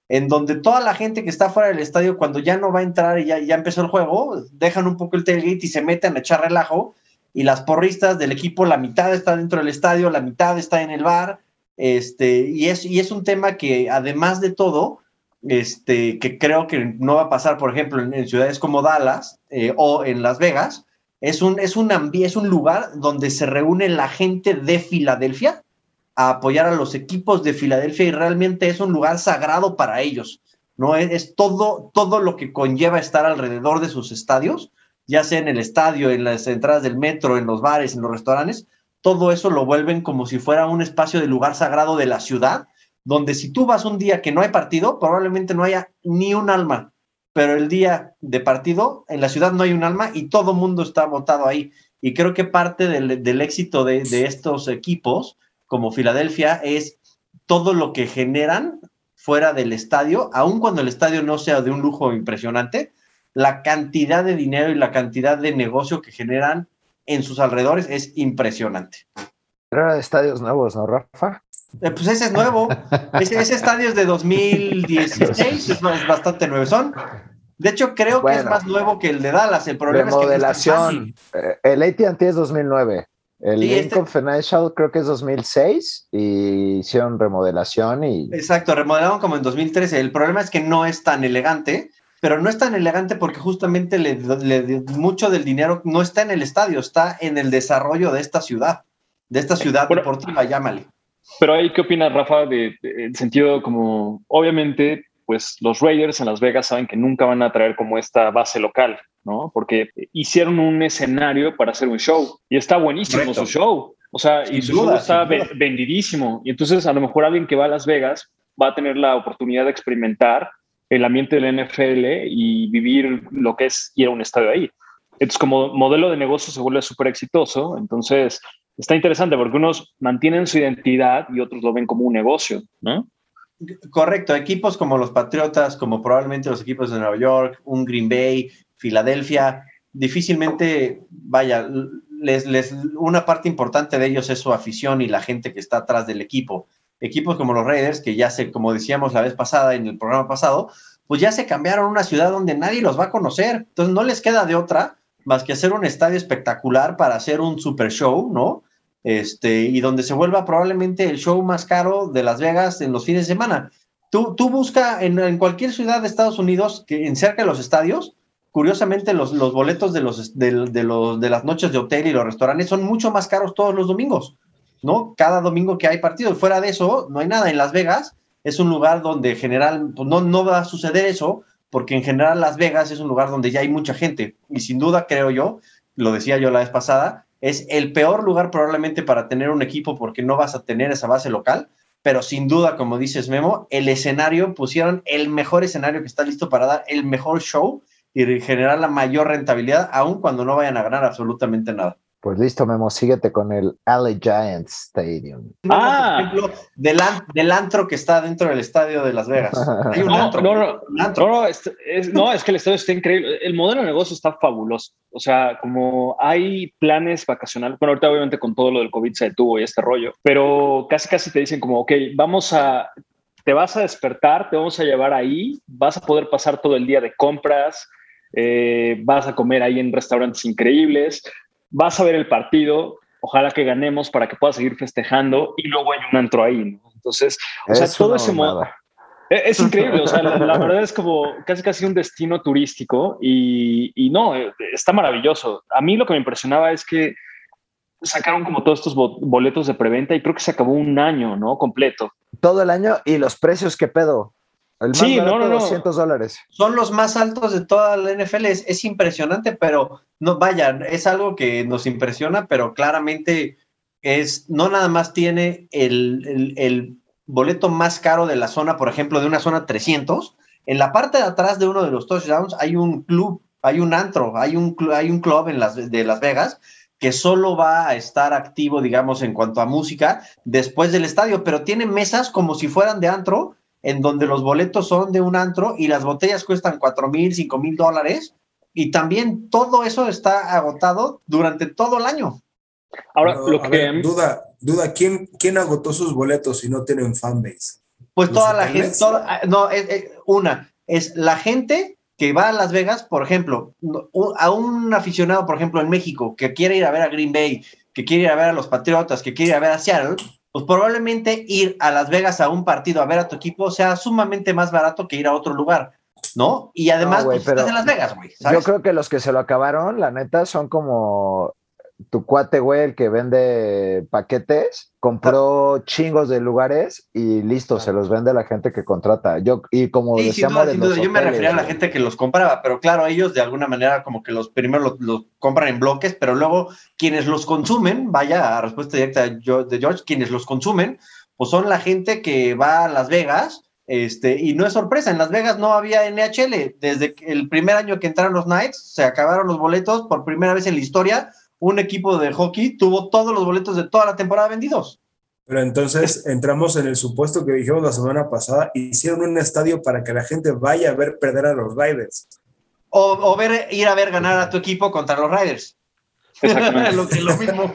Speaker 2: en donde toda la gente que está fuera del estadio, cuando ya no va a entrar y ya, ya empezó el juego, dejan un poco el tailgate y se meten a echar relajo, y las porristas del equipo, la mitad está dentro del estadio, la mitad está en el bar, este, y, es, y es un tema que, además de todo, este, que creo que no va a pasar, por ejemplo, en, en ciudades como Dallas eh, o en Las Vegas, es un, es, un ambi- es un lugar donde se reúne la gente de Filadelfia a apoyar a los equipos de Filadelfia, y realmente es un lugar sagrado para ellos, ¿no? Es, es todo, todo lo que conlleva estar alrededor de sus estadios, ya sea en el estadio, en las entradas del metro, en los bares, en los restaurantes, todo eso lo vuelven como si fuera un espacio de lugar sagrado de la ciudad, donde si tú vas un día que no hay partido, probablemente no haya ni un alma, pero el día de partido, en la ciudad no hay un alma y todo el mundo está botado ahí. Y creo que parte del, del éxito de, de estos equipos, como Filadelfia, es todo lo que generan fuera del estadio, aun cuando el estadio no sea de un lujo impresionante, la cantidad de dinero y la cantidad de negocio que generan en sus alrededores es impresionante.
Speaker 3: Pero era de estadios nuevos, ¿no, Rafa?
Speaker 2: Eh, pues ese es nuevo. Ese, ese estadio es de dos mil dieciséis, es, es bastante nuevo. Son, de hecho, creo
Speaker 3: bueno,
Speaker 2: que es más nuevo que el de Dallas. El problema
Speaker 3: remodelación.
Speaker 2: Es que no es
Speaker 3: el A T and T es dos mil nueve. El
Speaker 2: sí,
Speaker 3: Lincoln
Speaker 2: este...
Speaker 3: Financial creo que es dos mil seis y hicieron remodelación y...
Speaker 2: Exacto, remodelaron como en dos mil trece. El problema es que no es tan elegante, pero no es tan elegante porque justamente le, le, mucho del dinero no está en el estadio, está en el desarrollo de esta ciudad, de esta ciudad bueno, deportiva, llámale.
Speaker 5: Pero ahí, ¿qué opinas, Rafa, de, de, en sentido como, obviamente, pues los Raiders en Las Vegas saben que nunca van a traer como esta base local, ¿no? Porque hicieron un escenario para hacer un show y está buenísimo Correcto. Su show. O sea, sin y su duda, show está ve- vendidísimo. Y entonces, a lo mejor alguien que va a Las Vegas va a tener la oportunidad de experimentar el ambiente del N F L y vivir lo que es ir a un estadio ahí. Entonces, como modelo de negocio se vuelve súper exitoso. Entonces, está interesante porque unos mantienen su identidad y otros lo ven como un negocio, ¿no?
Speaker 2: Correcto. Equipos como los Patriotas, como probablemente los equipos de Nueva York, un Green Bay, Filadelfia, difícilmente, vaya, les, les, una parte importante de ellos es su afición y la gente que está atrás del equipo. Equipos como los Raiders, que ya se, como decíamos la vez pasada en el programa pasado, pues ya se cambiaron a una ciudad donde nadie los va a conocer. Entonces no les queda de otra más que hacer un estadio espectacular para hacer un super show, ¿no? Este, y donde se vuelva probablemente el show más caro de Las Vegas en los fines de semana. Tú, tú busca en, en cualquier ciudad de Estados Unidos, que en cerca de los estadios, curiosamente los, los boletos de, los, de, de, los, de las noches de hotel y los restaurantes son mucho más caros todos los domingos, ¿no? Cada domingo que hay partido. Fuera de eso, no hay nada. En Las Vegas es un lugar donde en general pues no, no va a suceder eso, porque en general Las Vegas es un lugar donde ya hay mucha gente. Y sin duda, creo yo, lo decía yo la vez pasada, es el peor lugar probablemente para tener un equipo porque no vas a tener esa base local, pero sin duda, como dices, Memo, el escenario, pusieron el mejor escenario que está listo para dar el mejor show y generar la mayor rentabilidad, aun cuando no vayan a ganar absolutamente nada.
Speaker 3: Pues listo, Memo, síguete con el L A Giants Stadium.
Speaker 2: Ah. Por ejemplo, del, an- del antro que está dentro del estadio de Las Vegas. Hay un
Speaker 5: no,
Speaker 2: antro.
Speaker 5: No, no,
Speaker 2: un antro.
Speaker 5: no, no, es, es, no, es que el estadio está increíble. El modelo de negocio está fabuloso. O sea, como hay planes vacacionales, bueno, ahorita obviamente con todo lo del COVID se detuvo y este rollo, pero casi casi te dicen como, ok, vamos a, te vas a despertar, te vamos a llevar ahí, vas a poder pasar todo el día de compras, eh, vas a comer ahí en restaurantes increíbles, vas a ver el partido, ojalá que ganemos para que puedas seguir festejando y luego hay un antro ahí, ¿no? Entonces, o
Speaker 3: es
Speaker 5: sea, todo ese
Speaker 3: modo
Speaker 5: es, es increíble, o sea, la, la verdad es como casi casi un destino turístico y, y no, está maravilloso. A mí lo que me impresionaba es que sacaron como todos estos boletos de preventa y creo que se acabó un año, ¿no? Completo.
Speaker 3: Todo el año y los precios, ¿qué pedo? El más
Speaker 5: sí,
Speaker 3: barato,
Speaker 5: no, no, no.
Speaker 3: doscientos dólares.
Speaker 2: Son los más altos de toda la N F L. Es, es impresionante, pero no, vaya, es algo que nos impresiona, pero claramente es, no nada más tiene el, el, el boleto más caro de la zona, por ejemplo, de una zona trescientos. En la parte de atrás de uno de los touchdowns hay un club, hay un antro, hay un, hay un club en las, de Las Vegas que solo va a estar activo, digamos, en cuanto a música después del estadio, pero tiene mesas como si fueran de antro, en donde los boletos son de un antro y las botellas cuestan cuatro mil, cinco mil dólares, y también todo eso está agotado durante todo el año.
Speaker 4: Ahora, Pero, lo que... Ver, duda, duda ¿quién, ¿quién agotó sus boletos si no tienen fanbase?
Speaker 2: Pues toda la gente, toda, no, es, es, una, es la gente que va a Las Vegas, por ejemplo, a un aficionado, por ejemplo, en México, que quiere ir a ver a Green Bay, que quiere ir a ver a los Patriotas, que quiere ir a ver a Seattle, pues probablemente ir a Las Vegas a un partido a ver a tu equipo sea sumamente más barato que ir a otro lugar, ¿no? Y además, no, wey, pues estás en Las Vegas, güey, ¿sabes?
Speaker 3: Yo creo que los que se lo acabaron, la neta, son como tu cuate, güey, el que vende paquetes, compró chingos de lugares y listo, se los vende a la gente que contrata. Yo, y como
Speaker 2: sí, sin duda, sin duda. Yo me refería a la gente que los compraba, pero claro, ellos de alguna manera como que los primero los, los compran en bloques, pero luego quienes los consumen, vaya, a respuesta directa de George, quienes los consumen, pues son la gente que va a Las Vegas, este, y no es sorpresa, en Las Vegas no había N H L. Desde el primer año que entraron los Knights, se acabaron los boletos por primera vez en la historia. Un equipo de hockey tuvo todos los boletos de toda la temporada vendidos.
Speaker 4: Pero entonces entramos en el supuesto que dijimos la semana pasada, hicieron un estadio para que la gente vaya a ver perder a los Raiders.
Speaker 2: O, o ver, ir a ver ganar a tu equipo contra los Raiders.
Speaker 5: Exactamente.
Speaker 2: lo, lo mismo.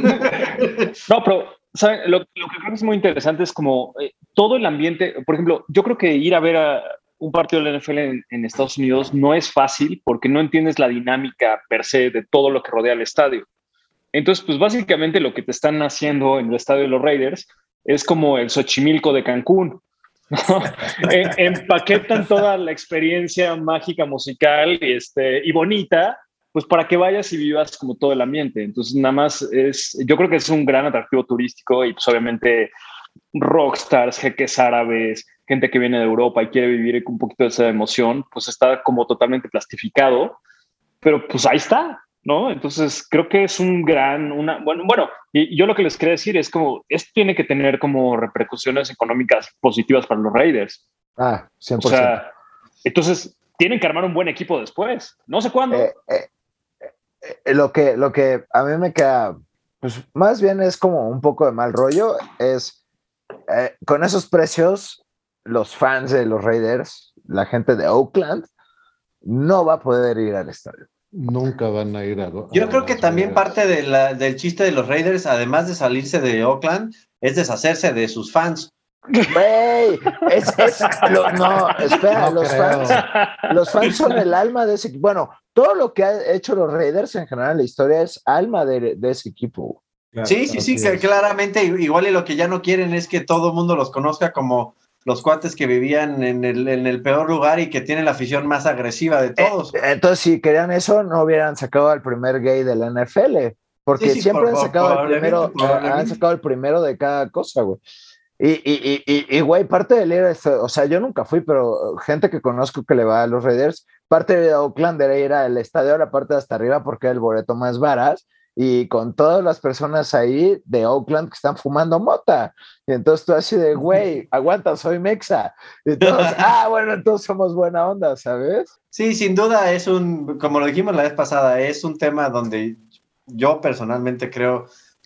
Speaker 5: No, pero ¿saben? Lo, lo que creo que es muy interesante es como eh, todo el ambiente. Por ejemplo, yo creo que ir a ver a un partido de la N F L en, en Estados Unidos no es fácil porque no entiendes la dinámica per se de todo lo que rodea el estadio. Entonces, pues básicamente lo que te están haciendo en el estadio de los Raiders es como el Xochimilco de Cancún, ¿no? Empaquetan toda la experiencia mágica, musical y, este, y bonita, pues para que vayas y vivas como todo el ambiente. Entonces, nada más es, yo creo que es un gran atractivo turístico y pues obviamente rockstars, jeques árabes, gente que viene de Europa y quiere vivir un poquito de esa emoción, pues está como totalmente plastificado, pero pues ahí está, ¿no? Entonces creo que es un gran, una, bueno, bueno, y yo lo que les quería decir es como, esto tiene que tener como repercusiones económicas positivas para los Raiders.
Speaker 3: Ah, cien por ciento.
Speaker 5: O sea, entonces tienen que armar un buen equipo después, no sé cuándo.
Speaker 3: Eh, eh, eh, lo, que, lo que a mí me queda, pues más bien es como un poco de mal rollo, es eh, con esos precios, los fans de los Raiders, la gente de Oakland, no va a poder ir al estadio.
Speaker 6: Nunca van a ir a...
Speaker 2: Yo
Speaker 6: a
Speaker 2: creo que también
Speaker 6: Raiders.
Speaker 2: parte de la, del chiste de los Raiders, además de salirse de Oakland, es deshacerse de sus fans.
Speaker 3: Güey, es, es lo, no, espera,
Speaker 6: No
Speaker 3: los
Speaker 6: creo.
Speaker 3: fans, los fans son el alma de ese equipo. Bueno, todo lo que han hecho los Raiders en general en la historia es alma de, de ese equipo.
Speaker 2: Claro, sí, sí, sí, que claramente, igual y lo que ya no quieren es que todo el mundo los conozca como los cuates que vivían en el, en el peor lugar y que tienen la afición más agresiva de todos.
Speaker 3: Eh, entonces, si querían eso, no hubieran sacado al primer gay de la N F L, porque sí, sí, siempre por, han sacado el primero, han sacado el primero de cada cosa, güey. Y, y, y, y, güey, parte del ir, o sea, yo nunca fui, pero gente que conozco que le va a los Raiders, parte de Oakland era ir al estadio a la parte de hasta arriba porque era el boleto más barato, y con todas las personas ahí de Oakland que están fumando mota. Y entonces tú así de, güey, aguanta, soy mexa. Y todos, ah, bueno, entonces somos buena onda, ¿sabes?
Speaker 2: Sí, sin duda es un, como lo dijimos la vez pasada, es un tema donde yo personalmente creo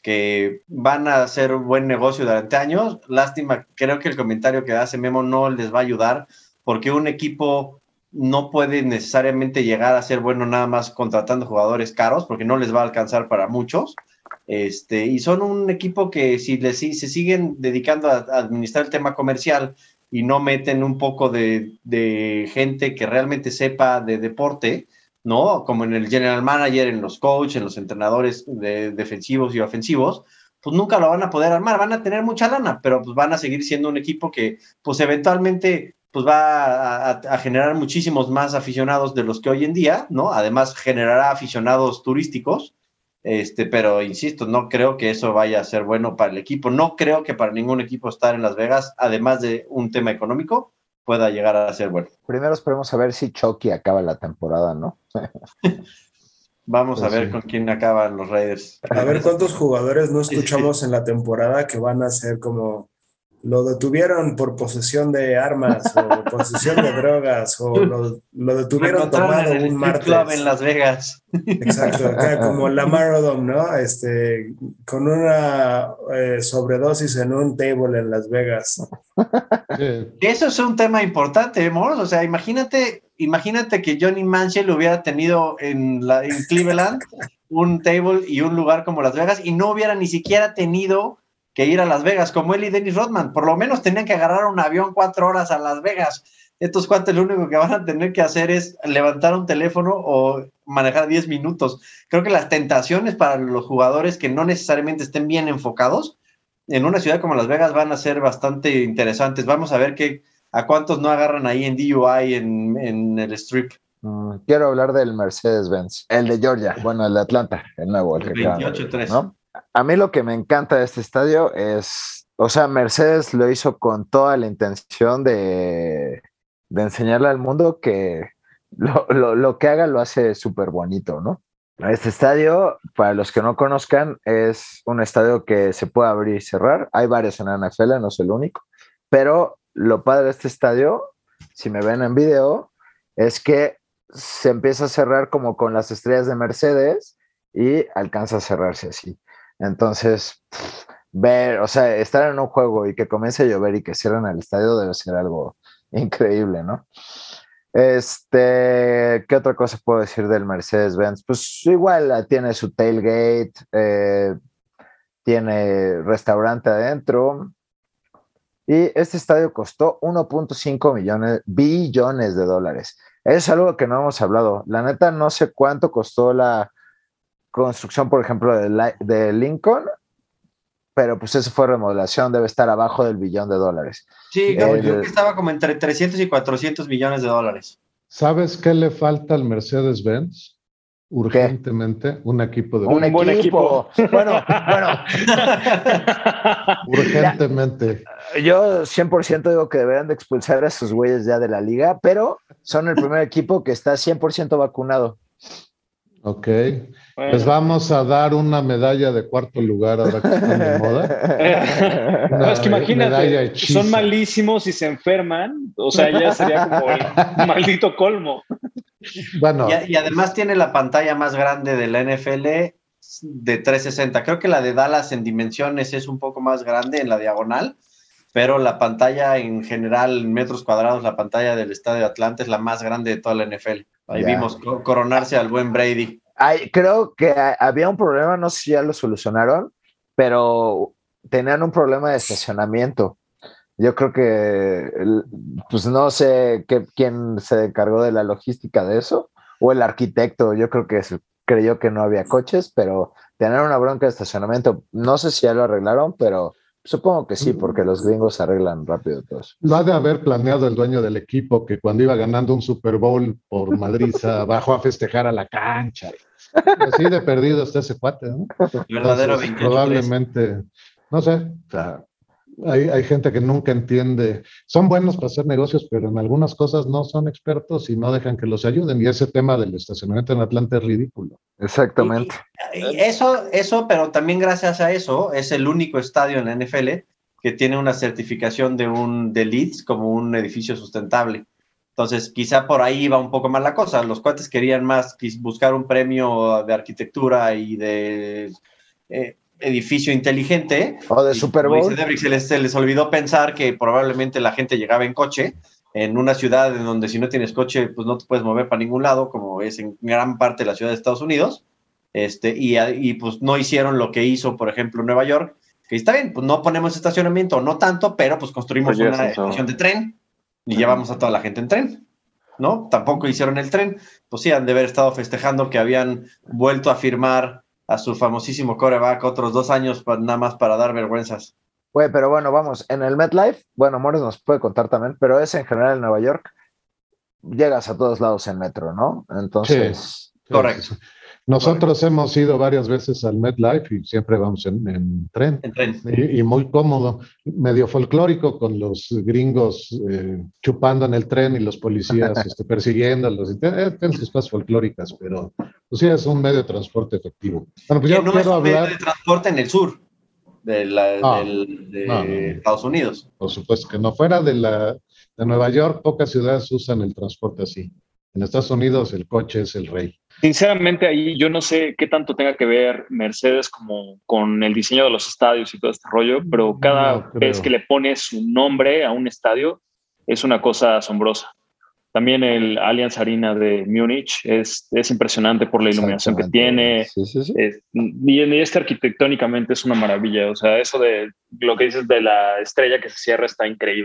Speaker 2: que van a hacer un buen negocio durante años. Lástima, creo que el comentario que hace Memo no les va a ayudar, porque un equipo no puede necesariamente llegar a ser bueno nada más contratando jugadores caros, porque no les va a alcanzar para muchos. Este, y son un equipo que si, les, si se siguen dedicando a, a administrar el tema comercial y no meten un poco de, de gente que realmente sepa de deporte, ¿no? Como en el general manager, en los coaches, en los entrenadores de defensivos y ofensivos, pues nunca lo van a poder armar. Van a tener mucha lana, pero pues van a seguir siendo un equipo que pues eventualmente pues va a, a, a generar muchísimos más aficionados de los que hoy en día, ¿no? Además generará aficionados turísticos, este, pero insisto, no creo que eso vaya a ser bueno para el equipo. No creo que para ningún equipo estar en Las Vegas, además de un tema económico, pueda llegar a ser bueno.
Speaker 3: Primero esperemos a ver si Chucky acaba la temporada, ¿no?
Speaker 2: Vamos
Speaker 6: Pues
Speaker 2: a ver
Speaker 6: sí.
Speaker 2: con quién acaban los Raiders.
Speaker 4: A ver cuántos jugadores no escuchamos en la temporada que van a ser como lo detuvieron por posesión de armas o posesión de drogas o lo, lo detuvieron tomado
Speaker 2: en el
Speaker 4: un martes.
Speaker 2: Club en Las Vegas.
Speaker 4: Exacto, acá como Lamar Odom, ¿no? Este, con una eh, sobredosis en un table en Las Vegas.
Speaker 6: Sí.
Speaker 2: Eso es un tema importante, Moros. O sea, imagínate, imagínate que Johnny Manziel hubiera tenido en, la, en Cleveland un table y un lugar como Las Vegas y no hubiera ni siquiera tenido que ir a Las Vegas, como él y Dennis Rodman. Por lo menos tenían que agarrar un avión cuatro horas a Las Vegas. Estos cuates lo único que van a tener que hacer es levantar un teléfono o manejar diez minutos. Creo que las tentaciones para los jugadores que no necesariamente estén bien enfocados en una ciudad como Las Vegas van a ser bastante interesantes. Vamos a ver que, a cuántos no agarran ahí en D U I en, en el Strip.
Speaker 3: Mm, quiero hablar del Mercedes-Benz, el de Georgia, bueno, el de Atlanta, el nuevo. El,
Speaker 2: El
Speaker 3: que
Speaker 2: veintiocho tres.
Speaker 3: ¿no? A mí lo que me encanta de este estadio es, o sea, Mercedes lo hizo con toda la intención de, de enseñarle al mundo que lo, lo, lo que haga lo hace súper bonito, ¿no? Este estadio, para los que no conozcan, es un estadio que se puede abrir y cerrar. Hay varios en la N F L, no es el único. Pero lo padre de este estadio, si me ven en video, es que se empieza a cerrar como con las estrellas de Mercedes y alcanza a cerrarse así. Entonces, ver, o sea, estar en un juego y que comience a llover y que cierren el estadio debe ser algo increíble, ¿no? Este, ¿qué otra cosa puedo decir del Mercedes-Benz? Pues igual tiene su tailgate, eh, tiene restaurante adentro. Y este estadio costó uno punto cinco millones, billones de dólares. Es algo que no hemos hablado. La neta, no sé cuánto costó la construcción, por ejemplo, de, la, de Lincoln, pero pues eso fue remodelación, debe estar abajo del billón de dólares.
Speaker 2: Sí, creo yo que estaba como entre trescientos y cuatrocientos millones de dólares.
Speaker 6: ¿Sabes qué le falta al Mercedes-Benz? Urgentemente, ¿qué? Un equipo de...
Speaker 3: Un, un buen equipo. equipo. Bueno, bueno.
Speaker 6: Urgentemente.
Speaker 3: Ya, yo cien por ciento digo que deberían de expulsar a sus güeyes ya de la liga, pero son el primer equipo que está cien por ciento vacunado.
Speaker 6: Ok. Bueno. Les vamos a dar una medalla de cuarto lugar ahora que están de moda.
Speaker 5: No, es que imagínate, son malísimos y se enferman, o sea, ya sería como el maldito colmo.
Speaker 2: Bueno. Y, y además tiene la pantalla más grande de la N F L de trescientos sesenta. Creo que la de Dallas en dimensiones es un poco más grande en la diagonal, pero la pantalla en general, en metros cuadrados, la pantalla del estadio de Atlanta es la más grande de toda la N F L. Ahí ya vimos coronarse al buen Brady.
Speaker 3: Ay, creo que había un problema, no sé si ya lo solucionaron, pero tenían un problema de estacionamiento. Yo creo que, pues no sé qué, quién se encargó de la logística de eso, o el arquitecto, yo creo que creyó que no había coches, pero tenían una bronca de estacionamiento. No sé si ya lo arreglaron, pero supongo que sí, porque los gringos arreglan rápido todo eso.
Speaker 6: Lo ha de haber planeado el dueño del equipo, que cuando iba ganando un Super Bowl por madriza, bajó a festejar a la cancha. Así de perdido está ese cuate, ¿no?
Speaker 2: Verdadero
Speaker 6: Entonces, probablemente, no sé, o sea, hay, hay gente que nunca entiende, son buenos para hacer negocios, pero en algunas cosas no son expertos y no dejan que los ayuden. Y ese tema del estacionamiento en Atlanta es ridículo.
Speaker 3: Exactamente.
Speaker 2: Y, y eso, eso, pero también gracias a eso, es el único estadio en la N F L que tiene una certificación de un de LEED como un edificio sustentable. Entonces, quizá por ahí iba un poco más la cosa. Los cuates querían más buscar un premio de arquitectura y de eh, edificio inteligente.
Speaker 3: O de Super Bowl.
Speaker 2: Dice Debrick, se les, se les olvidó pensar que probablemente la gente llegaba en coche en una ciudad en donde si no tienes coche, pues no te puedes mover para ningún lado, como es en gran parte de la ciudad de Estados Unidos. Este, y, y pues no hicieron lo que hizo, por ejemplo, Nueva York, que está bien, pues no ponemos estacionamiento, no tanto, pero pues construimos pues una estación de tren y llevamos a toda la gente en tren, ¿no? Tampoco hicieron el tren, pues sí, han de haber estado festejando que habían vuelto a firmar a su famosísimo quarterback otros dos años para, nada más para dar vergüenzas.
Speaker 3: Güey, pero bueno, vamos, en el MetLife, bueno, Morris nos puede contar también, pero es en general en Nueva York, llegas a todos lados en metro, ¿no? Entonces...
Speaker 2: Sí, correcto.
Speaker 6: Nosotros Correcto. hemos ido varias veces al MetLife y siempre vamos en, en tren.
Speaker 2: En tren.
Speaker 6: Y, y muy cómodo, medio folclórico, con los gringos eh, chupando en el tren y los policías este, persiguiéndolos. Tienen sus cosas folclóricas, pero pues sí, es un medio de transporte efectivo. Bueno, pues yo
Speaker 2: no
Speaker 6: quiero
Speaker 2: es un
Speaker 6: hablar...
Speaker 2: medio de transporte en el sur de, la,
Speaker 6: no,
Speaker 2: del, de
Speaker 6: no, no, no.
Speaker 2: Estados Unidos.
Speaker 6: Por supuesto que no. Fuera de, la, de Nueva York, pocas ciudades usan el transporte así. En Estados Unidos el coche es el rey.
Speaker 5: Sinceramente, ahí yo no sé qué tanto tenga que ver Mercedes como con el diseño de los estadios y todo este rollo, pero cada
Speaker 6: no
Speaker 5: vez que le pones su nombre a un estadio es una cosa asombrosa. También el Allianz Arena de Múnich es, es impresionante por la iluminación que tiene.
Speaker 3: Sí, sí, sí.
Speaker 5: Es, y, y es que arquitectónicamente es una maravilla. O sea, eso de lo que dices de la estrella que se cierra está increíble.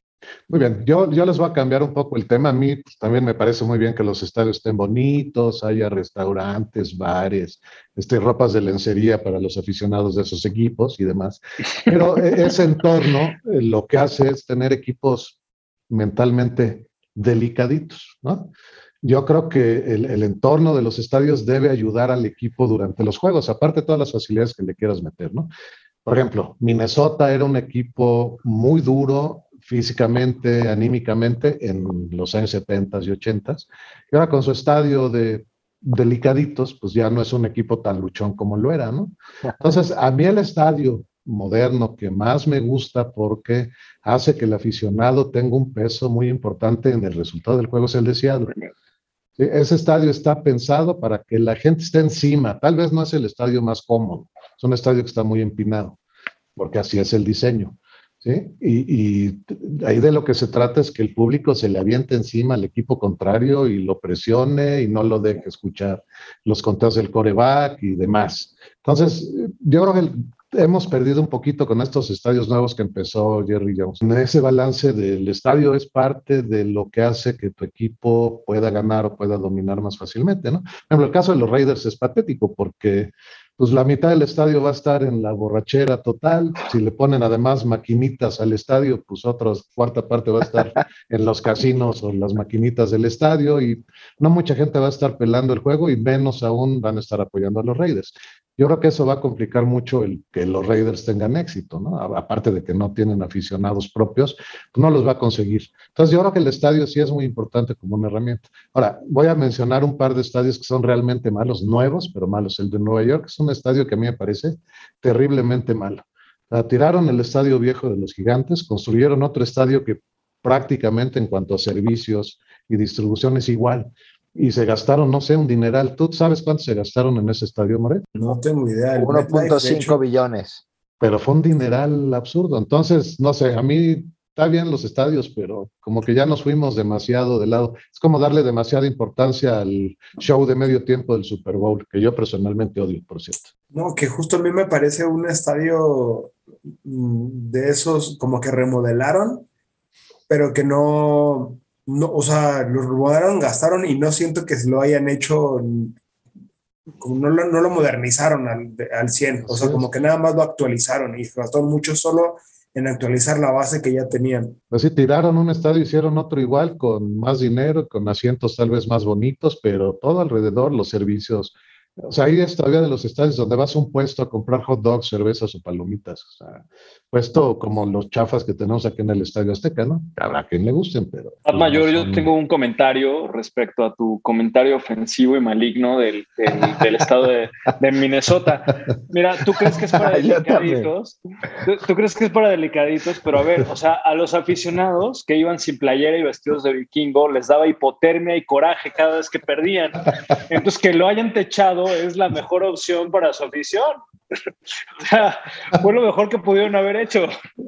Speaker 6: Muy bien, yo, yo les voy a cambiar un poco el tema. A mí pues, también me parece muy bien que los estadios estén bonitos, haya restaurantes, bares, este, ropas de lencería para los aficionados de esos equipos y demás. Pero ese entorno eh, lo que hace es tener equipos mentalmente delicaditos, ¿no? Yo creo que el, el entorno de los estadios debe ayudar al equipo durante los juegos, aparte de todas las facilidades que le quieras meter, ¿no? Por ejemplo, Minnesota era un equipo muy duro físicamente, anímicamente, en los años setenta y ochenta, y ahora con su estadio de delicaditos, pues ya no es un equipo tan luchón como lo era, ¿no? Entonces, a mí el estadio moderno que más me gusta porque hace que el aficionado tenga un peso muy importante en el resultado del juego es el de Seattle. Sí, ese estadio está pensado para que la gente esté encima, tal vez no es el estadio más cómodo, es un estadio que está muy empinado, porque así es el diseño. ¿Sí? Y, y ahí de lo que se trata es que el público se le aviente encima al equipo contrario y lo presione y no lo deje escuchar los conteos del quarterback y demás. Entonces, yo creo que el, hemos perdido un poquito con estos estadios nuevos que empezó Jerry Jones. Ese balance del estadio es parte de lo que hace que tu equipo pueda ganar o pueda dominar más fácilmente, ¿no? Por ejemplo, el caso de los Raiders es patético porque pues la mitad del estadio va a estar en la borrachera total. Si le ponen además maquinitas al estadio, pues otra cuarta parte va a estar en los casinos o las maquinitas del estadio y no mucha gente va a estar pelando el juego y menos aún van a estar apoyando a los Raiders. Yo creo que eso va a complicar mucho el que los Raiders tengan éxito, ¿no? Aparte de que no tienen aficionados propios, pues no los va a conseguir. Entonces yo creo que el estadio sí es muy importante como una herramienta. Ahora, voy a mencionar un par de estadios que son realmente malos, nuevos, pero malos. El de Nueva York es un estadio que a mí me parece terriblemente malo. O sea, tiraron el estadio viejo de los Gigantes, construyeron otro estadio que prácticamente en cuanto a servicios y distribución es igual. Y se gastaron, no sé, un dineral. ¿Tú sabes cuánto se gastaron en ese estadio, Moret?
Speaker 4: No tengo idea.
Speaker 3: uno punto cinco billones.
Speaker 6: Pero fue un dineral absurdo. Entonces, no sé, a mí está bien los estadios, pero como que ya nos fuimos demasiado de lado. Es como darle demasiada importancia al show de medio tiempo del Super Bowl, que yo personalmente odio, por cierto.
Speaker 4: No, que justo a mí me parece un estadio de esos como que remodelaron, pero que no... No, o sea, lo remodelaron, gastaron y no siento que se lo hayan hecho, como no lo, no lo modernizaron al, al cien, o sea, sí, como que nada más lo actualizaron y gastaron mucho solo en actualizar la base que ya tenían.
Speaker 6: Pues sí, tiraron un estadio, hicieron otro igual, con más dinero, con asientos tal vez más bonitos, pero todo alrededor, los servicios. O sea, ahí es todavía de los estadios donde vas a un puesto a comprar hot dogs, cervezas o palomitas. O sea, puesto como los chafas que tenemos aquí en el Estadio Azteca, ¿no? Habrá quien le gusten, pero...
Speaker 5: Pues Mayor, no son... yo tengo un comentario respecto a tu comentario ofensivo y maligno del, del, del estado de, de Minnesota. Mira, ¿tú crees que es para delicaditos? ¿Tú, ¿Tú crees que es para delicaditos? Pero a ver, o sea, a los aficionados que iban sin playera y vestidos de vikingo les daba hipotermia y coraje cada vez que perdían. Entonces, que lo hayan techado es la mejor opción para su afición. O sea, fue lo mejor que pudieron haber hecho.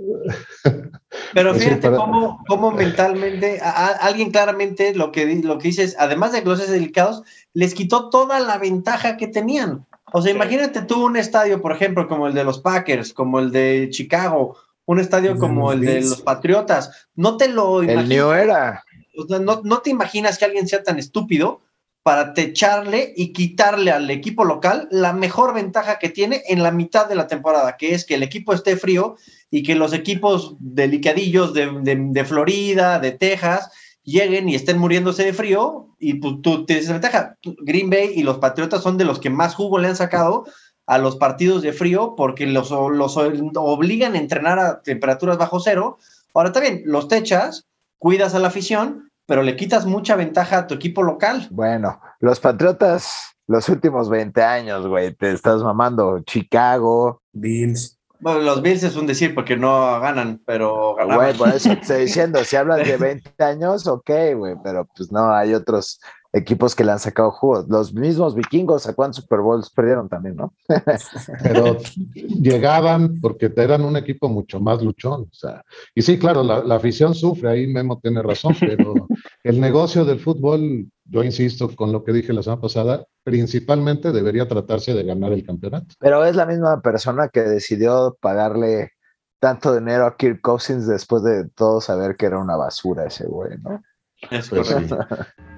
Speaker 2: Pero fíjate cómo, cómo mentalmente a, a, alguien claramente lo que, lo que dice es, además de glosses delicados, les quitó toda la ventaja que tenían. O sea, sí. Imagínate tú un estadio, por ejemplo, como el de los Packers, como el de Chicago, un estadio como el de los Patriotas. No te lo imaginas.
Speaker 3: El New Era.
Speaker 2: O sea, no, no te imaginas que alguien sea tan estúpido para techarle y quitarle al equipo local la mejor ventaja que tiene en la mitad de la temporada, que es que el equipo esté frío y que los equipos delicadillos de, de, de Florida, de Texas, lleguen y estén muriéndose de frío y pues, tú tienes esa ventaja. Green Bay y los Patriotas son de los que más jugo le han sacado a los partidos de frío porque los, los obligan a entrenar a temperaturas bajo cero. Ahora también, los techas, cuidas a la afición, pero le quitas mucha ventaja a tu equipo local.
Speaker 3: Bueno, los Patriotas, los últimos veinte años, güey, te estás mamando. Chicago,
Speaker 4: Bills.
Speaker 2: Bueno, los Bills es un decir porque no ganan, pero ganaban.
Speaker 3: Güey, por eso te estoy diciendo, si hablas de veinte años, ok, güey, pero pues no, hay otros equipos que le han sacado jugos. Los mismos vikingos, ¿a cuántos Super Bowls perdieron también, no?
Speaker 6: Pero llegaban porque eran un equipo mucho más luchón, o sea, y sí, claro, la, la afición sufre, ahí Memo tiene razón, pero El negocio del fútbol, yo insisto con lo que dije la semana pasada, principalmente debería tratarse de ganar el campeonato.
Speaker 3: Pero es la misma persona que decidió pagarle tanto dinero a Kirk Cousins después de todo saber que era una basura ese güey, ¿no?
Speaker 2: Es
Speaker 6: Pues
Speaker 2: correcto.
Speaker 6: sí.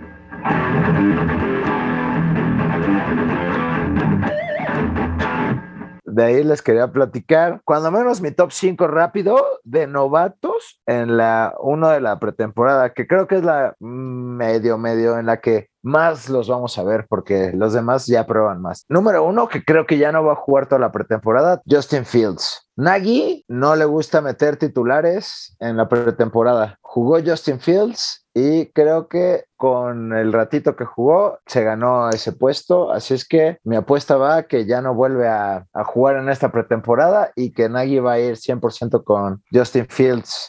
Speaker 3: De ahí les quería platicar, cuando menos mi top cinco rápido de novatos en la uno de la pretemporada, que creo que es la medio, medio en la que más los vamos a ver porque los demás ya prueban más. Número uno, que creo que ya no va a jugar toda la pretemporada, Justin Fields. Nagy no le gusta meter titulares en la pretemporada. Jugó Justin Fields y creo que con el ratito que jugó se ganó ese puesto. Así es que mi apuesta va a que ya no vuelve a, a jugar en esta pretemporada y que Nagy va a ir cien por ciento con Justin Fields.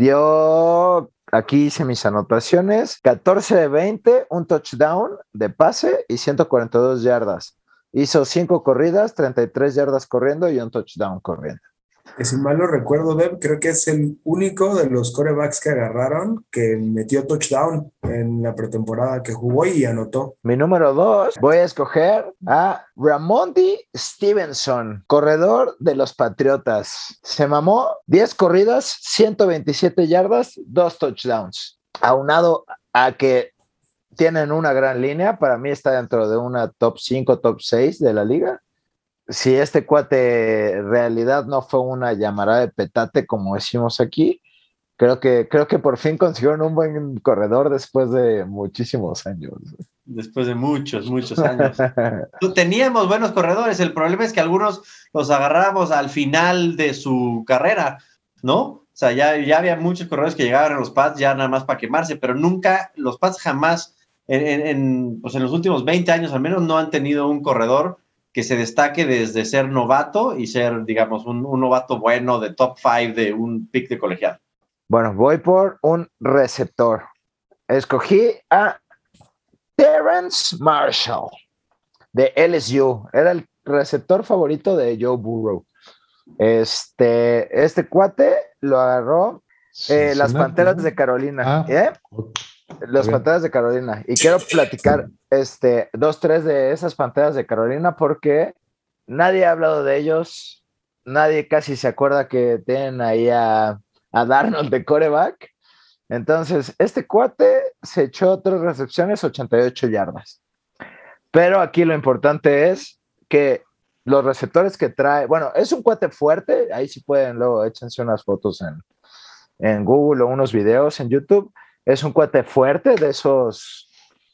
Speaker 3: Dio, aquí hice mis anotaciones, catorce de veinte, un touchdown de pase y ciento cuarenta y dos yardas. Hizo cinco corridas, treinta y tres yardas corriendo y un touchdown corriendo.
Speaker 4: Que si mal no recuerdo, Deb, creo que es el único de los quarterbacks que agarraron que metió touchdown en la pretemporada que jugó y anotó.
Speaker 3: Mi número dos, voy a escoger a Ramondre Stevenson, corredor de los Patriotas. Se mamó diez corridas, ciento veintisiete yardas, dos touchdowns. Aunado a que tienen una gran línea, para mí está dentro de una top cinco, top seis de la liga. Si este cuate en realidad no fue una llamarada de petate, como decimos aquí, creo que, creo que por fin consiguieron un buen corredor después de muchísimos años.
Speaker 2: Después de muchos, muchos años. Teníamos buenos corredores, el problema es que algunos los agarrábamos al final de su carrera, ¿no? O sea, ya, ya había muchos corredores que llegaban a los Pats ya nada más para quemarse, pero nunca, los Pats jamás, en, en, en, pues en los últimos veinte años al menos, no han tenido un corredor que se destaque desde ser novato y ser, digamos, un, un novato bueno de top cinco de un pick de colegial.
Speaker 3: Bueno, voy por un receptor. Escogí a Terrence Marshall de L S U. Era el receptor favorito de Joe Burrow. Este, este cuate lo agarró eh, las Panteras de Carolina.
Speaker 6: Ah,
Speaker 3: ¿eh? Las Panteras de Carolina. Y quiero platicar este, dos, tres de esas Panteras de Carolina porque nadie ha hablado de ellos. Nadie casi se acuerda que tienen ahí a, a Darnold de quarterback. Entonces, este cuate se echó tres recepciones, ochenta y ocho yardas. Pero aquí lo importante es que los receptores que trae, bueno, es un cuate fuerte. Ahí sí pueden, luego échense unas fotos en, en Google o unos videos en YouTube. Es un cuate fuerte, de esos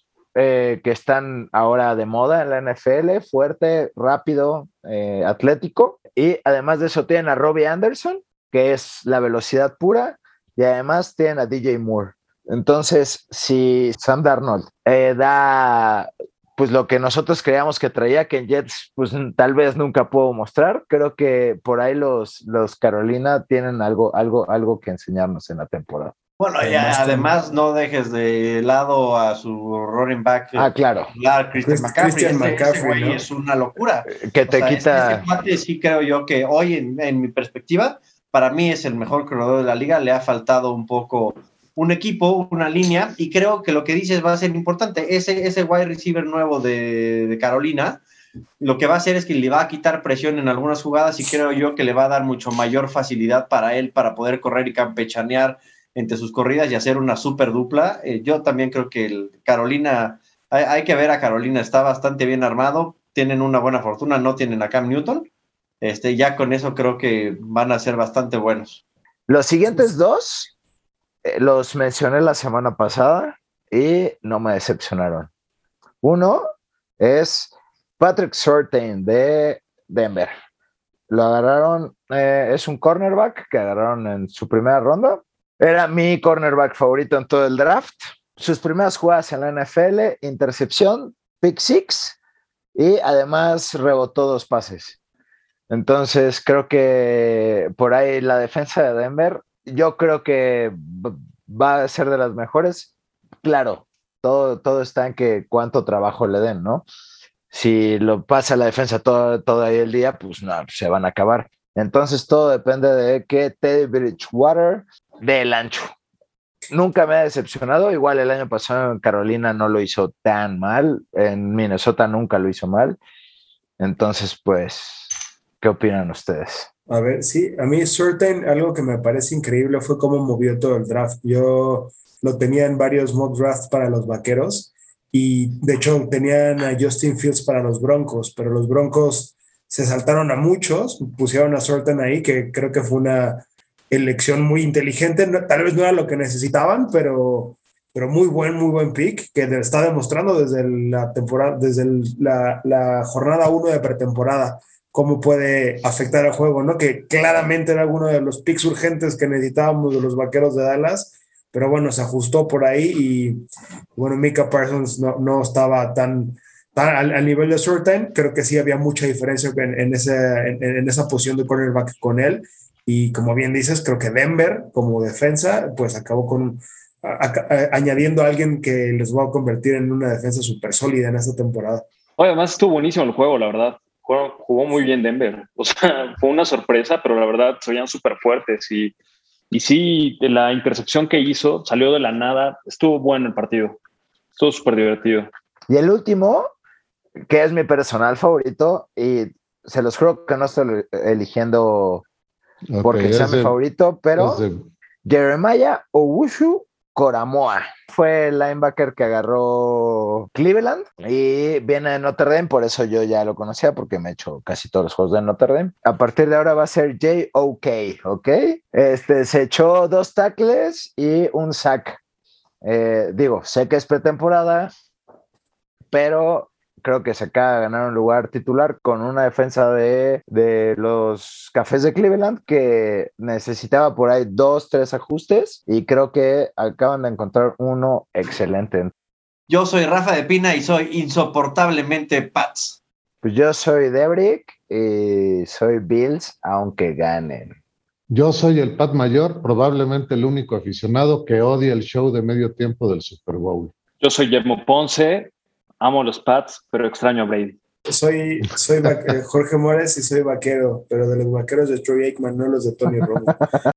Speaker 3: eh, que están ahora de moda en la N F L, fuerte, rápido, eh, atlético. Y además de eso tienen a Robbie Anderson, que es la velocidad pura, y además tienen a D J Moore. Entonces, si Sam Darnold eh, da pues lo que nosotros creíamos que traía, que en Jets pues tal vez nunca puedo mostrar, creo que por ahí los, los Carolina tienen algo, algo, algo que enseñarnos en la temporada.
Speaker 2: Bueno, ya además no dejes de lado a su running back.
Speaker 3: Ah, claro.
Speaker 2: Christian McCaffrey.
Speaker 4: Christian
Speaker 2: este,
Speaker 4: McCaffrey,
Speaker 2: ese güey
Speaker 4: ¿no?
Speaker 2: es una locura.
Speaker 3: Que te
Speaker 2: o sea,
Speaker 3: quita...
Speaker 2: Este cuate sí creo yo que hoy, en, en mi perspectiva, para mí es el mejor corredor de la liga. Le ha faltado un poco un equipo, una línea, y creo que lo que dices va a ser importante. Ese, ese wide receiver nuevo de, de Carolina, lo que va a hacer es que le va a quitar presión en algunas jugadas y creo yo que le va a dar mucho mayor facilidad para él para poder correr y campechanear entre sus corridas y hacer una super dupla. Eh, yo también creo que el Carolina, hay, hay que ver a Carolina, está bastante bien armado, tienen una buena fortuna, no tienen a Cam Newton, este, ya con eso creo que van a ser bastante buenos.
Speaker 3: Los siguientes dos eh, los mencioné la semana pasada y no me decepcionaron. Uno es Patrick Surtain de Denver. Lo agarraron, eh, es un cornerback que agarraron en su primera ronda. Era mi cornerback favorito en todo el draft. Sus primeras jugadas en la N F L, intercepción, pick six y además rebotó dos pases. Entonces creo que por ahí la defensa de Denver, yo creo que va a ser de las mejores. Claro, todo, todo está en que cuánto trabajo le den, ¿no? Si lo pasa la defensa todo, todo ahí el día, pues no, se van a acabar. Entonces todo depende de que Teddy Bridgewater dé el ancho. nunca me ha decepcionado. Igual el año pasado en Carolina no lo hizo tan mal, en Minnesota nunca lo hizo mal. Entonces, pues, ¿qué opinan ustedes?
Speaker 4: A ver, sí, a mí Surtain, algo que me parece increíble fue cómo movió todo el draft. Yo lo tenía en varios mock drafts para los Vaqueros y de hecho tenían a Justin Fields para los Broncos, pero los Broncos se saltaron a muchos, pusieron a Surtain ahí, que creo que fue una elección muy inteligente. No, tal vez no era lo que necesitaban, pero, pero muy buen, muy buen pick, que está demostrando desde la temporada, desde el, la, la jornada uno de pretemporada cómo puede afectar al juego, ¿no? Que claramente era uno de los picks urgentes que necesitábamos de los Vaqueros de Dallas, pero bueno, se ajustó por ahí y bueno, Micah Parsons no, no estaba tan, tan al, al nivel de Surtain. Creo que sí había mucha diferencia en, en, ese, en, en esa posición de cornerback con él, y como bien dices, creo que Denver como defensa pues acabó con a, a, a, añadiendo a alguien que les va a convertir en una defensa súper sólida en esta temporada.
Speaker 5: Oye, además estuvo buenísimo el juego, la verdad. Jugó, jugó muy bien Denver. O sea, fue una sorpresa, pero la verdad se veían súper fuertes. Y, y sí, la intercepción que hizo salió de la nada. Estuvo bueno el partido. Estuvo súper divertido.
Speaker 3: Y el último, que es mi personal favorito, y se los juro que no estoy eligiendo okay, porque sea mi favorito, pero de... Jeremiah Owusu Koramoah. Fue el linebacker que agarró Cleveland y viene de Notre Dame, por eso yo ya lo conocía porque me he hecho casi todos los juegos de Notre Dame. A partir de ahora va a ser J O K, ¿ok? Este, se echó dos tackles y un sack. Eh, digo, sé que es pretemporada, pero creo que se acaba de ganar un lugar titular con una defensa de, de los Cafés de Cleveland que necesitaba por ahí dos, tres ajustes y creo que acaban de encontrar uno excelente.
Speaker 2: Yo soy Rafa de Pina y soy insoportablemente Pats.
Speaker 3: Pues yo soy Debrick y soy Bills, aunque ganen.
Speaker 6: Yo soy el Pat Mayor, probablemente el único aficionado que odia el show de medio tiempo del Super Bowl.
Speaker 5: Yo soy Guillermo Ponce. Amo los Pats, pero extraño a Brady.
Speaker 4: Soy, soy Jorge Mores y soy vaquero, pero de los vaqueros de Troy Aikman, no los de Tony Romo.